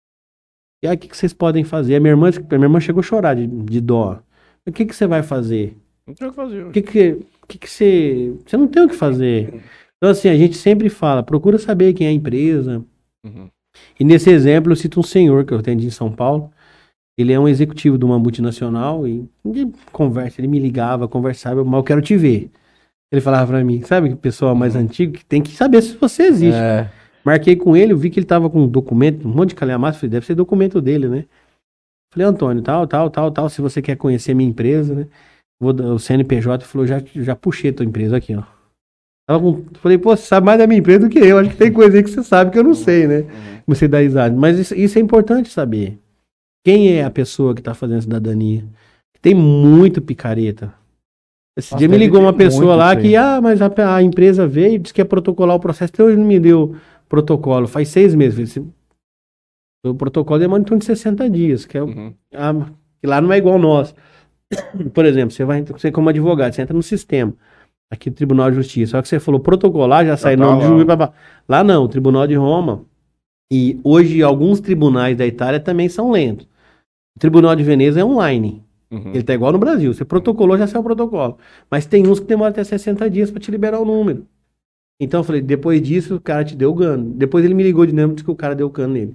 E aí o que, que vocês podem fazer? A minha irmã, a minha irmã chegou a chorar de, de dó. O que, que você vai fazer? Não tem o que fazer. O que que, o que que você... Você não tem o que fazer. Então, assim, a gente sempre fala, procura saber quem é a empresa. Uhum. E nesse exemplo, eu cito um senhor que eu atendi em São Paulo. Ele é um executivo de uma multinacional e ele conversa, ele me ligava, conversava, mas eu quero te ver. Ele falava pra mim, sabe que pessoal mais Uhum. antigo que tem que saber se você existe. É. Marquei com ele, eu vi que ele tava com um documento, um monte de calhamaço, falei, deve ser documento dele, né? Falei, Antônio, tal, tal, tal, tal, se você quer conhecer minha empresa, né? Vou, dar- o C N P J falou, já, já puxei a tua empresa aqui, ó. Tava com, falei, pô, você sabe mais da minha empresa do que eu, acho que tem coisa aí que você sabe que eu não sei, né? Uhum. Comecei a dar risada. Mas isso, isso é importante saber. Quem é a pessoa que tá fazendo cidadania? Tem muito picareta. Esse Nossa, dia me deve ligou ter uma pessoa muito lá isso aí. que, ah, mas a, a empresa veio e disse que ia protocolar o processo, até hoje não me deu protocolo. Faz seis meses. Falei, "Se- o protocolo demora em torno de sessenta dias, que é o- Uhum. ah, que lá não é igual nós. Por exemplo, você vai, você como advogado, você entra no sistema, aqui no Tribunal de Justiça, só que você falou protocolar, já sai tá nome de lá. juiz, blá, blá. Lá não, o Tribunal de Roma, e hoje alguns tribunais da Itália também são lentos. O Tribunal de Veneza é online. Uhum. Ele tá igual no Brasil. Você protocolou, já saiu o protocolo. Mas tem uns que demoram até sessenta dias para te liberar o número. Então eu falei, depois disso, o cara te deu cano. Depois ele me ligou de novo e disse que o cara deu cano nele.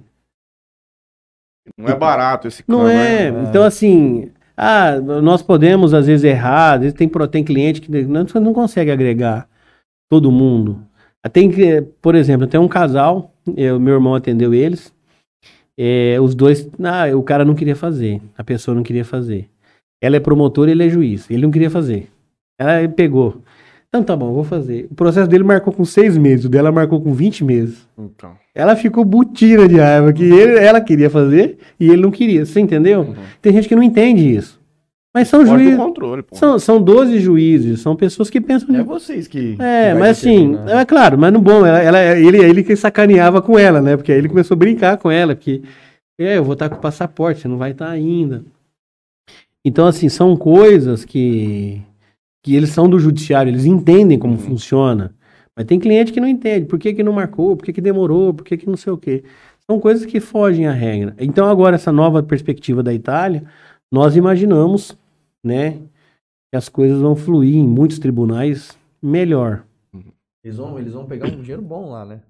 Não é barato esse Não cano, é. né? Então, assim, ah, nós podemos às vezes errar, às vezes tem, pro- tem cliente que não, você não consegue agregar todo mundo. Tem que, por exemplo, tem um casal, eu, meu irmão atendeu eles, é, os dois, ah, o cara não queria fazer, a pessoa não queria fazer. Ela é promotora, ele é juiz, ele não queria fazer. Ela ele pegou. Então tá bom, vou fazer. O processo dele marcou com seis meses, o dela marcou com vinte meses. Então. Ela ficou butina de raiva, que ele- ela queria fazer e ele não queria. Você entendeu? Uhum. Tem gente que não entende isso. Mas são Foge do juízes. controle, pô. São, são doze juízes, são pessoas que pensam É de. vocês que. que É, vai mas assim, determinar. é claro, mas no bom, ela, ela- ele, ele que sacaneava com ela, né? Porque aí ele começou a brincar com ela, porque é, eu vou estar com o passaporte, você não vai estar ainda. Então, assim, são coisas que, que eles são do judiciário, eles entendem como Uhum. funciona. Mas tem cliente que não entende, por que, que não marcou, por que, que demorou, por que, que não sei o quê. São coisas que fogem à regra. Então, agora, essa nova perspectiva da Itália, nós imaginamos, né, que as coisas vão fluir em muitos tribunais melhor. Eles vão, eles vão pegar um dinheiro bom lá, né?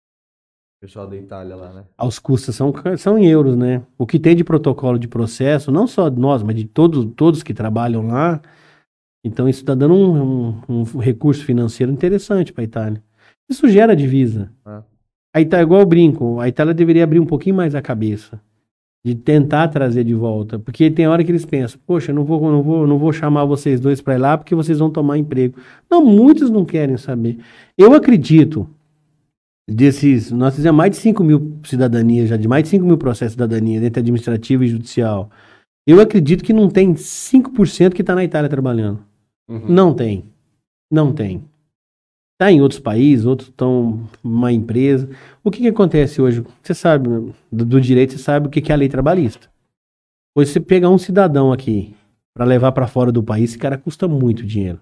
O pessoal da Itália lá, né? Os custos são, são em euros, né? O que tem de protocolo de processo, não só nós, mas de todos, todos que trabalham lá. Então, isso está dando um, um- um recurso financeiro interessante para a Itália. Isso gera divisa. Ah. A Itália, igual eu brinco, a Itália deveria abrir um pouquinho mais a cabeça de tentar trazer de volta. Porque tem hora que eles pensam, poxa, eu não vou, não vou, não vou chamar vocês dois para ir lá porque vocês vão tomar emprego. Não, muitos não querem saber. Eu acredito, desses, nós fizemos mais de cinco mil cidadanias, já de mais de cinco mil processos de cidadania, entre administrativo e judicial. Eu acredito que não tem cinco por cento que está na Itália trabalhando. Uhum. Não tem. Não tem. Está em outros países, outros estão numa empresa. O que, que acontece hoje? Você sabe, do, do direito, você sabe o que, que é a lei trabalhista. Hoje você pegar um cidadão aqui para levar para fora do país, esse cara custa muito dinheiro.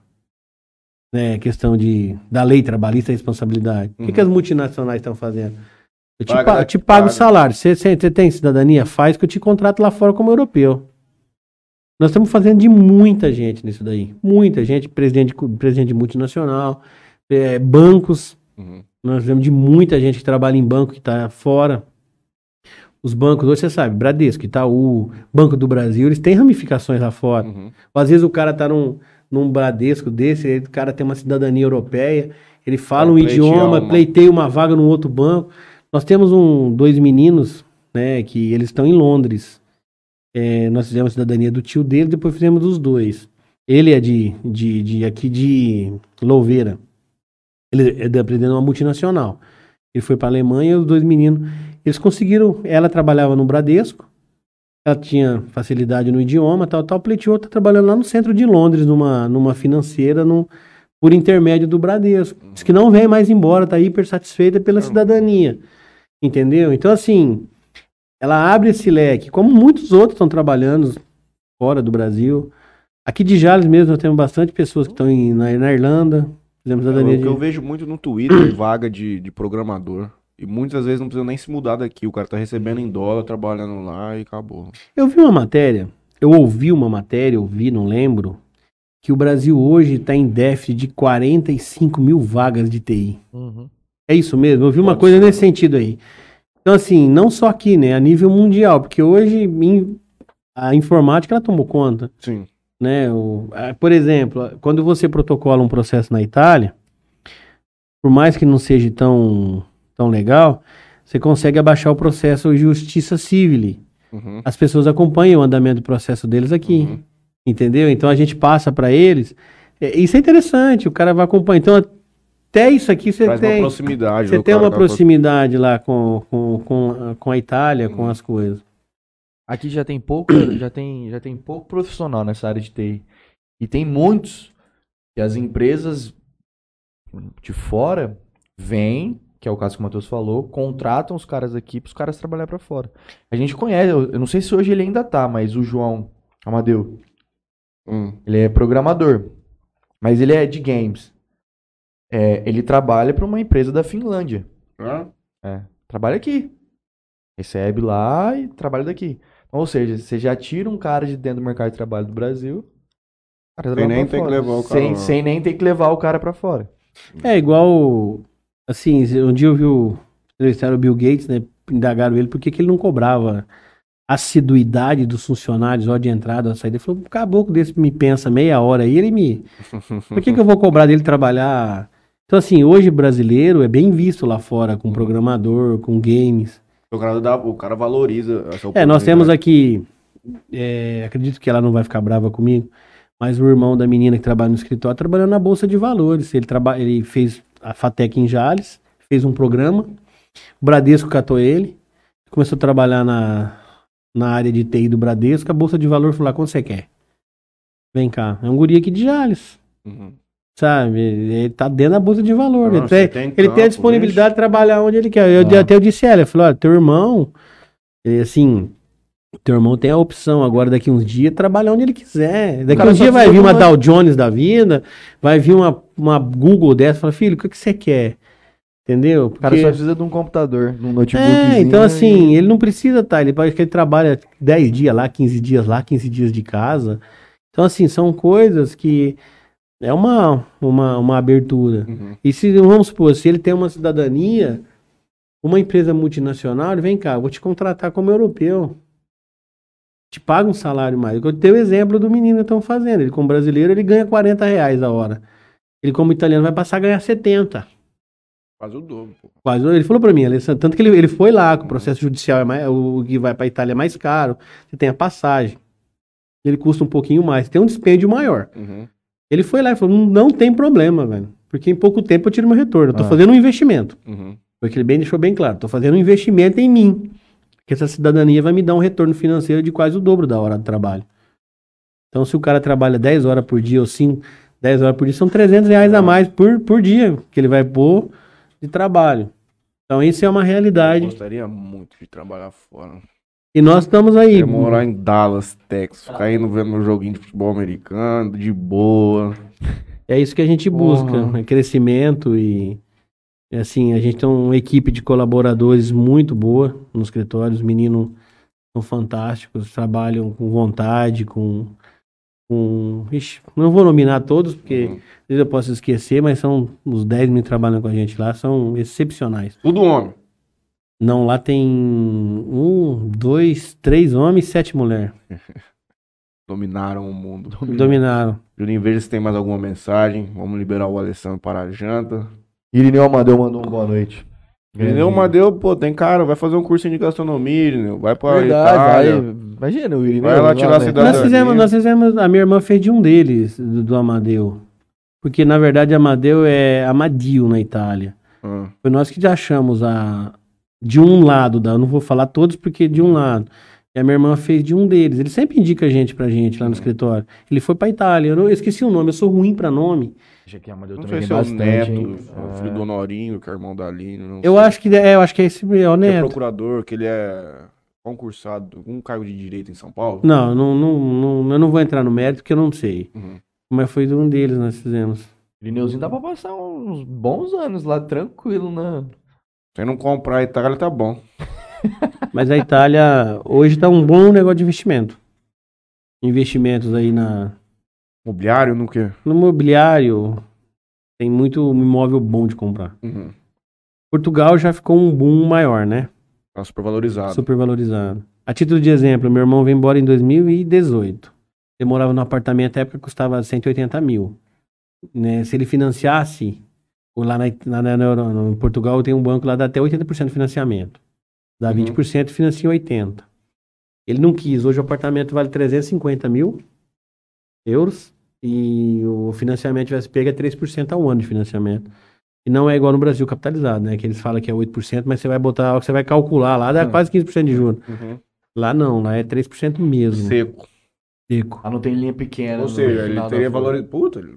É questão de, da lei trabalhista e responsabilidade. O que, Uhum. que as multinacionais estão fazendo? Eu te, Paga, pa- né? te pago o Paga. salário. Você, você, você tem cidadania? Faz que eu te contrato lá fora como europeu. Nós estamos fazendo de muita gente nisso daí. Muita gente, presidente de, cu- presidente de multinacional, é, bancos. Uhum. Nós vemos de muita gente que trabalha em banco que está fora. Os bancos, hoje você sabe, Bradesco, Itaú, Banco do Brasil, eles têm ramificações lá fora. Uhum. Às vezes o cara tá num, num Bradesco desse, aí o cara tem uma cidadania europeia, ele fala Vai um pleitear idioma, uma- pleiteia uma vaga num outro banco. Nós temos um, dois meninos, né, que eles estão em Londres. É, nós fizemos a cidadania do tio dele, depois fizemos dos dois. Ele é de, de, de aqui de Louveira. Ele é aprendendo uma multinacional. Ele foi para a Alemanha e os dois meninos, eles conseguiram, ela trabalhava no Bradesco, ela tinha facilidade no idioma, tal, tal, pleiteou, tá trabalhando lá no centro de Londres, numa, numa financeira, no, por intermédio do Bradesco. Diz que não vem mais embora, tá hiper satisfeita pela cidadania. Entendeu? Então, assim, ela abre esse leque, como muitos outros estão trabalhando fora do Brasil. Aqui de Jales mesmo, nós temos bastante pessoas que estão em- na, na Irlanda. Fizemos É, cidadania o que eu de... vejo muito no Twitter, vaga de, de programador. E muitas vezes não precisa nem se mudar daqui. O cara tá recebendo em dólar, trabalhando lá e acabou. Eu vi uma matéria, eu ouvi uma matéria, ouvi, não lembro, que o Brasil hoje está em déficit de quarenta e cinco mil vagas de T I. Uhum. É isso mesmo? Eu vi uma Pode coisa ser. nesse sentido aí. Então, assim, não só aqui, né? A nível mundial, porque hoje em- a informática ela tomou conta, Sim. né? O, ah, por exemplo, quando você protocola um processo na Itália, por mais que não seja tão, tão legal, você consegue abaixar o processo Justiça Civil. Uhum. As pessoas acompanham o andamento do processo deles aqui. Uhum. Entendeu? Então a gente passa para eles. É, isso é interessante, o cara vai acompanhar. Então, até isso aqui você Traz uma tem. proximidade. Você do tem cara uma com a proximidade lá com, com, com, com a Itália, com Uhum. as coisas. Aqui já tem pouco, já tem, já tem pouco profissional nessa área de T I. E tem muitos que as empresas de fora vêm, que é o caso que o Matheus falou, contratam os caras aqui para os caras trabalhar para fora. A gente conhece, eu eu não sei se hoje ele ainda tá, mas o João Amadeu, Hum. ele é programador, mas ele é de games. É, ele trabalha para uma empresa da Finlândia. Ah, É, trabalha aqui. Recebe lá e trabalha daqui. Então, ou seja, você já tira um cara de dentro do mercado de trabalho do Brasil, o cara Sem leva nem pra ter que fora. levar o cara sem, lá. sem nem ter que levar o cara pra fora. É igual. Assim, um dia eu vi o. Entrevistaram o Bill Gates, né? Indagaram ele por que que ele não cobrava assiduidade dos funcionários, ó, de entrada, saída. Ele falou: um caboclo desse me pensa meia hora aí, ele me. Por que que eu vou cobrar dele trabalhar? Então, assim, hoje brasileiro é bem visto lá fora, com programador, com games. O cara, dá, o cara valoriza essa É, nós temos oportunidade. aqui, é, acredito que ela não vai ficar brava comigo, mas o irmão da menina que trabalha no escritório trabalhando na Bolsa de Valores. Ele, traba, ele fez a FATEC em Jales, fez um programa, o Bradesco catou ele, começou a trabalhar na, na área de T I do Bradesco, a Bolsa de Valor falou: ah, quanto você quer? Vem cá, é um guri aqui de Jales. Uhum. Sabe, ele tá dentro da bolsa de valor. Não, ele você tem, tem ele campo, tem a disponibilidade vixe. de trabalhar onde ele quer. Eu Ah. até eu disse a ela, eu falei: olha, teu irmão, ele, assim, teu irmão tem a opção agora, daqui uns dias, trabalhar onde ele quiser. Daqui cara uns só dias vai precisa vir de uma uma- Dow Jones da vida, vai vir uma, uma Google dessa, fala: filho, o que, que você quer? Entendeu? O cara Porque- só precisa de um computador, de um notebook. é, então assim, ele não precisa estar, ele pode que ele trabalha dez dias lá, quinze dias lá, quinze dias de casa. Então assim, são coisas que é uma, uma, uma abertura. Uhum. E se, vamos supor, se ele tem uma cidadania, uma empresa multinacional, ele vem cá, eu vou te contratar como europeu. Te paga um salário mais. Eu tenho o exemplo do menino que estão fazendo. Ele como brasileiro, ele ganha quarenta reais a hora. Ele como italiano vai passar a ganhar setenta. Faz o dobro, pô. Quase, ele falou pra mim, Alessandro, tanto que ele, ele foi lá, que o processo judicial é mais, o que vai pra Itália é mais caro, você tem a passagem. Ele custa um pouquinho mais, tem um dispêndio maior. Uhum. Ele foi lá e falou: não, não tem problema, velho. Porque em pouco tempo eu tiro meu retorno. Eu tô Ah. fazendo um investimento. Uhum. Porque ele bem deixou bem claro. Tô fazendo um investimento em mim. Que essa cidadania vai me dar um retorno financeiro de quase o dobro da hora do trabalho. Então, se o cara trabalha dez horas por dia ou cinco, dez horas por dia, são trezentos reais a mais por, por dia que ele vai pôr de trabalho. Então, isso é uma Eu realidade. gostaria muito de trabalhar fora. E nós estamos aí. Queria morar em Dallas, Texas. Ficar indo vendo meu joguinho de futebol americano, de boa. É isso que a gente busca, Porra. né? Crescimento e, e, assim, a gente tem uma equipe de colaboradores muito boa no escritório, os meninos são fantásticos, trabalham com vontade, com... com ixi, não vou nominar todos, porque Uhum. às vezes eu posso esquecer, mas são os dez meninos que trabalham com a gente lá, são excepcionais. Tudo homem. Não, lá tem um, dois, três homens e sete mulheres. Dominaram o mundo. Dominaram. Juninho, veja se tem mais alguma mensagem. Vamos liberar o Alessandro para a janta. Irineu Amadeu mandou um boa noite. Irineu Amadeu, pô, tem cara, vai fazer um curso de gastronomia, Irineu. Vai pra Verdade, Itália. vai, imagina o Irineu. Vai lá tirar a né? cidadania. Nós fizemos, nós fizemos, a minha irmã fez de um deles, do, do Amadeu. Porque, na verdade, Amadeu é Amadio na Itália. Ah, Foi nós que já achamos a... de um lado, da... eu não vou falar todos, porque de um lado. E a minha irmã fez de um deles. Ele sempre indica gente pra gente lá no escritório. Ele foi pra Itália. Eu, não... eu esqueci o nome, eu sou ruim pra nome. Acho que a Amadeu não também sei tem se é o bastante, Neto, hein? o filho do Honorinho, que é irmão da Aline. Não Eu sei. acho que é, eu acho que é esse, é o Que é Neto. procurador, que ele é concursado, algum cargo de direito em São Paulo. Não, não, não, não, eu não vou entrar no mérito, porque eu não sei. Uhum. Mas foi de um deles nós fizemos. Lineuzinho dá pra passar uns bons anos lá, tranquilo, né? Se não comprar a Itália, tá bom. Mas a Itália hoje tá um bom negócio de investimento. Investimentos aí na, Mobiliário, no quê? no mobiliário. Tem muito imóvel bom de comprar. Uhum. Portugal já ficou um boom maior, né? Tá super valorizado. Super valorizado. A título de exemplo, meu irmão veio embora em dois mil e dezoito. Ele morava num apartamento, na época custava cento e oitenta mil. Né? Se ele financiasse, ou lá, na, lá na, na, em Portugal tem um banco lá que dá até oitenta por cento de financiamento. Dá Uhum. vinte por cento e financia oitenta por cento. Ele não quis. Hoje o apartamento vale trezentos e cinquenta mil euros e o financiamento tivesse pego é três por cento ao ano de financiamento. E não é igual no Brasil capitalizado, né? Que eles falam que é oito por cento, mas você vai botar, você vai calcular lá, dá Hum. quase quinze por cento de juros. Uhum. Lá não, lá é três por cento mesmo. Seco. Seco. Ah, não tem linha pequena. Ou no seja, ele final da teria folha. valor. Puta, ele-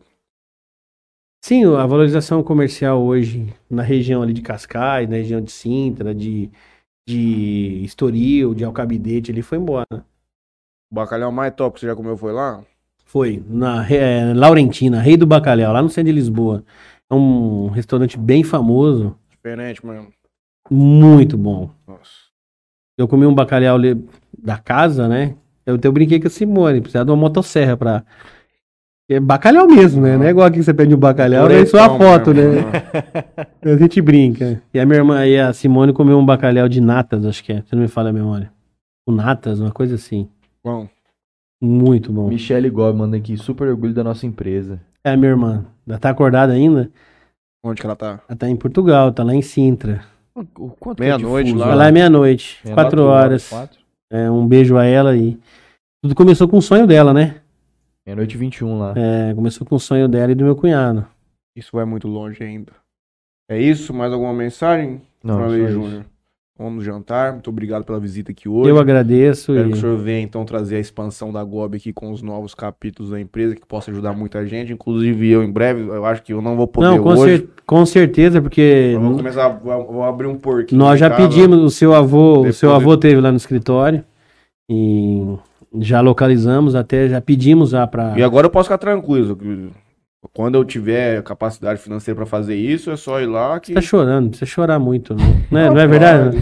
Sim, a valorização comercial hoje na região ali de Cascais, na região de Sintra, de, de Estoril, de Alcabidete, ele foi embora. o bacalhau mais top que você já comeu foi lá? Foi, na é, Laurentina, Rei do Bacalhau, lá no centro de Lisboa. É um restaurante bem famoso, Diferente mesmo. muito bom. Nossa. Eu comi um bacalhau ali da casa, né? Eu, eu brinquei com a Simone, precisava de uma motosserra pra... É bacalhau mesmo, né? Não é igual aqui que você pede um bacalhau, é só a Turetão foto, mesmo, né? A gente brinca. E a minha irmã e a Simone comeu um bacalhau de natas, acho que é. Se não me falha a memória. O natas, uma coisa assim. Bom, Muito bom. Michele Gobi manda aqui, super orgulho da nossa empresa. É a minha irmã. Ela tá acordada ainda? onde que ela tá? Ela tá em Portugal, tá lá em Sintra. O quanto que é de Meia-noite fuso lá. Lá é meia-noite, É, quatro horas. Quatro? É, um beijo a ela e... Tudo começou com o sonho dela, né? Meia-noite e vinte e um lá. É, começou com o sonho dela e do meu cunhado. Isso vai muito longe ainda. É isso? Mais alguma mensagem? Não, Falei, só isso. Júnior. Vamos jantar. Muito obrigado pela visita aqui hoje. Eu agradeço. Espero E... que o senhor venha então trazer a expansão da Gobi aqui com os novos capítulos da empresa, que possa ajudar muita gente. Inclusive eu em breve, eu acho que eu não vou poder Não, com, hoje. cer- com certeza, porque Eu vou começar, vou, vou abrir um porquinho. nós em já casa. pedimos, o seu avô, o Depois seu eu- avô teve lá no escritório e já localizamos, até já pedimos já pra... E agora eu posso ficar tranquilo. que Quando eu tiver capacidade financeira pra fazer isso, é só ir lá que. Tá chorando, não precisa chorar muito, não. Não é, não é verdade?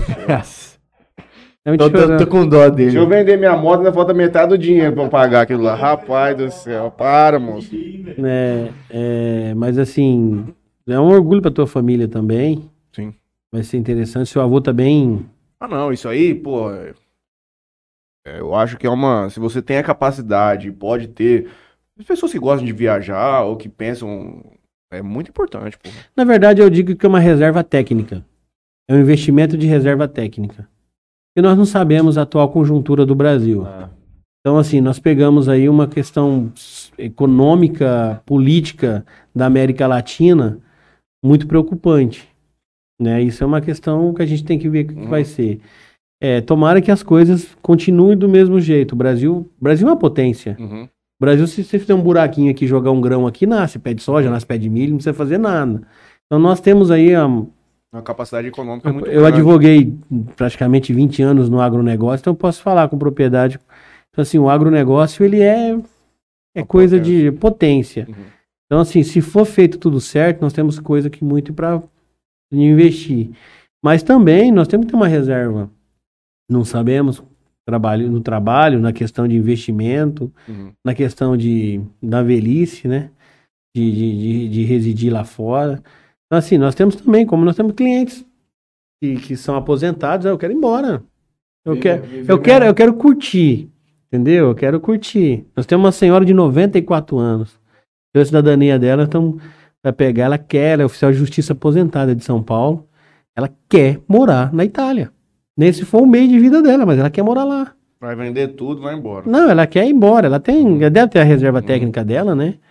É muito Tô, tô, chorando. tô com dó dele. Se eu vender minha moto, ainda falta metade do dinheiro pra eu pagar aquilo lá. Rapaz do céu, para, moço. É, é, mas assim, é um orgulho pra tua família também. Sim. Vai ser interessante. Seu avô tá bem. Ah, não, isso aí, pô. é- é, eu acho que é uma. Se você tem a capacidade, pode ter. As pessoas que gostam de viajar ou que pensam. É muito importante, pô. Na verdade, eu digo que é uma reserva técnica. É um investimento de reserva técnica. E nós não sabemos a atual conjuntura do Brasil. Ah, Então, assim, nós pegamos aí uma questão econômica, política da América Latina muito preocupante. Né? Isso é uma questão que a gente tem que ver o que que vai ser. É, tomara que as coisas continuem do mesmo jeito. O Brasil, o Brasil é uma potência. Uhum. O Brasil, se você fizer um buraquinho aqui, jogar um grão aqui, nasce pé de soja, nasce pé de milho, não precisa fazer nada. Então, nós temos aí a, Uma capacidade econômica muito eu grande. advoguei praticamente vinte anos no agronegócio, então eu posso falar com propriedade. Então, assim, o agronegócio, ele é, é Uma coisa potência. de potência. Uhum. Então, assim, se for feito tudo certo, nós temos coisa que muito para investir. Mas também nós temos que ter uma reserva. Não sabemos trabalho, no trabalho, na questão de investimento, Uhum. na questão de, da velhice, né? De, de, de, de residir lá fora. Então, assim, nós temos também, como nós temos clientes que, que são aposentados, ah, eu quero ir embora. Eu, Viver- quero, viver eu, quero, mesmo. eu quero curtir, entendeu? Eu quero curtir. Nós temos uma senhora de noventa e quatro anos. A cidadania dela, então, vai pegar, ela quer, ela é oficial de justiça aposentada de São Paulo. Ela quer morar na Itália. Nesse foi o meio de vida dela, mas ela quer morar lá. Vai vender tudo, vai embora. Não, ela quer ir embora. Ela tem, ela deve ter a reserva técnica dela, né?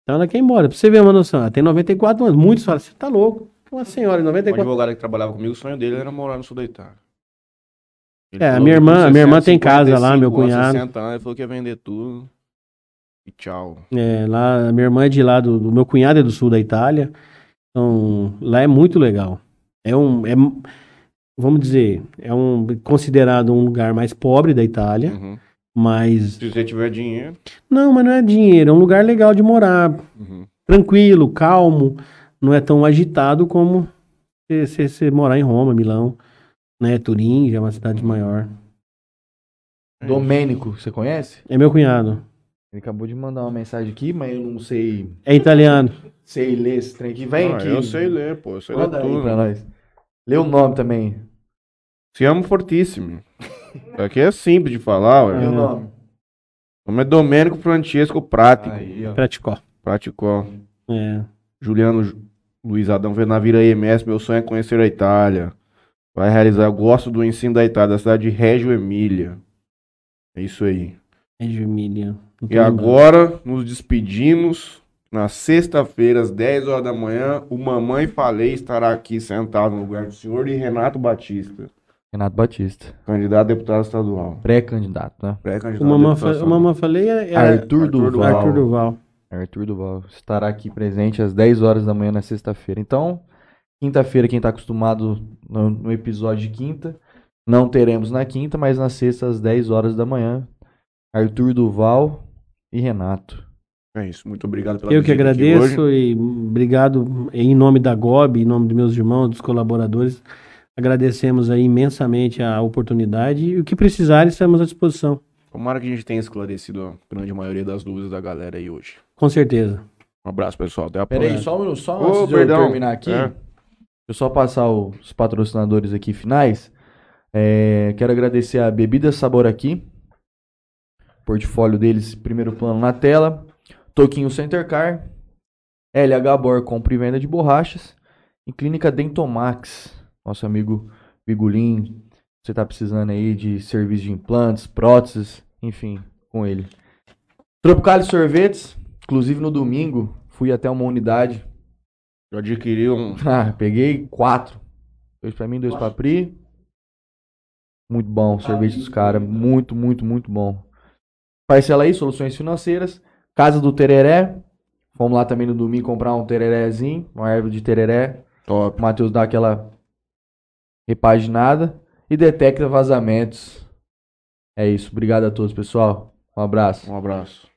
Então ela quer ir embora. Pra você ver uma noção, ela tem noventa e quatro anos. Muitos falam, você tá louco? Uma senhora de noventa e Um quatro. advogado que trabalhava comigo, o sonho dele era morar no sul da Itália. Ele É, a falou minha que com irmã, a minha irmã sessenta, tem casa lá, meu cinquenta e cinco anos, cunhado. sessenta anos, ele falou que ia vender tudo. E tchau. É, lá, a minha irmã é de lá, do, do meu cunhado é do sul da Itália. Então, lá é muito legal. É um, é, vamos dizer, é um considerado um lugar mais pobre da Itália, Uhum. mas Se você tiver dinheiro. não, mas não é dinheiro, é um lugar legal de morar, Uhum. tranquilo, calmo, não é tão agitado como você, você- você morar em Roma, Milão, né? Turim já é uma cidade maior. É Domênico, você conhece? É meu cunhado, Ele acabou de mandar uma mensagem aqui, mas eu não sei, é italiano. sei ler esse trem aqui. Vem Ah, aqui. eu sei ler, pô. Eu sei Manda ler aí tudo. pra nós. Lê o nome também. Te amo fortíssimo. Aqui é simples de falar, Lê ué. o É. nome. O nome é Domênico Francesco Prático. Aí, ó. Praticó. Praticó. É. Juliano Ju- Luiz Adão Venavira I M S. Meu sonho é conhecer a Itália. Vai realizar. Eu gosto do ensino da Itália, da cidade de Reggio Emília. É isso aí. Reggio Emília. Não tô E lembrando. agora nos despedimos. Na sexta-feira, às dez horas da manhã, o Mamãe Falei estará aqui sentado no lugar do senhor e Renato Batista, Renato Batista. candidato a deputado estadual. Pré-candidato, né? O Pré-candidato a mamãe, deputado fa- o estadual. mamãe falei é, é Arthur, Arthur Duval. Arthur Duval. Arthur Duval estará aqui presente às dez horas da manhã na sexta-feira. Então, quinta-feira, quem está acostumado no, no episódio de quinta, não teremos na quinta, mas na sexta às dez horas da manhã, Arthur Duval e Renato. É isso. Muito obrigado pela Eu que visita aqui hoje. agradeço e obrigado em nome da G O B, em nome dos meus irmãos, dos colaboradores. Agradecemos aí imensamente a oportunidade e o que precisarem estamos à disposição. Tomara que a gente tenha esclarecido a grande maioria das dúvidas da galera aí hoje. Com certeza. Um abraço, pessoal. Até a Pera próxima. aí, só, um minuto, só Ô, antes de perdão. eu terminar aqui, É. deixa eu só passar os patrocinadores aqui finais. É, quero agradecer a Bebida Sabor aqui, portfólio deles, primeiro plano na tela. Toquinho Center Car, L H Bor, compra e venda de borrachas, e Clínica Dentomax, nosso amigo Bigulin, você tá precisando aí de serviço de implantes, próteses, enfim, com ele. Tropical Sorvetes, inclusive no domingo, fui até uma unidade, Eu adquiri um. ah, peguei quatro, dois pra mim, dois pra Pri, muito bom o sorvete dos caras, muito, muito, muito bom. Parcela aí, soluções financeiras, Casa do Tereré, fomos lá também no domingo comprar um tererézinho, uma erva de tereré. Top. O Matheus dá aquela repaginada e detecta vazamentos. É isso. Obrigado a todos, pessoal. Um abraço. Um abraço.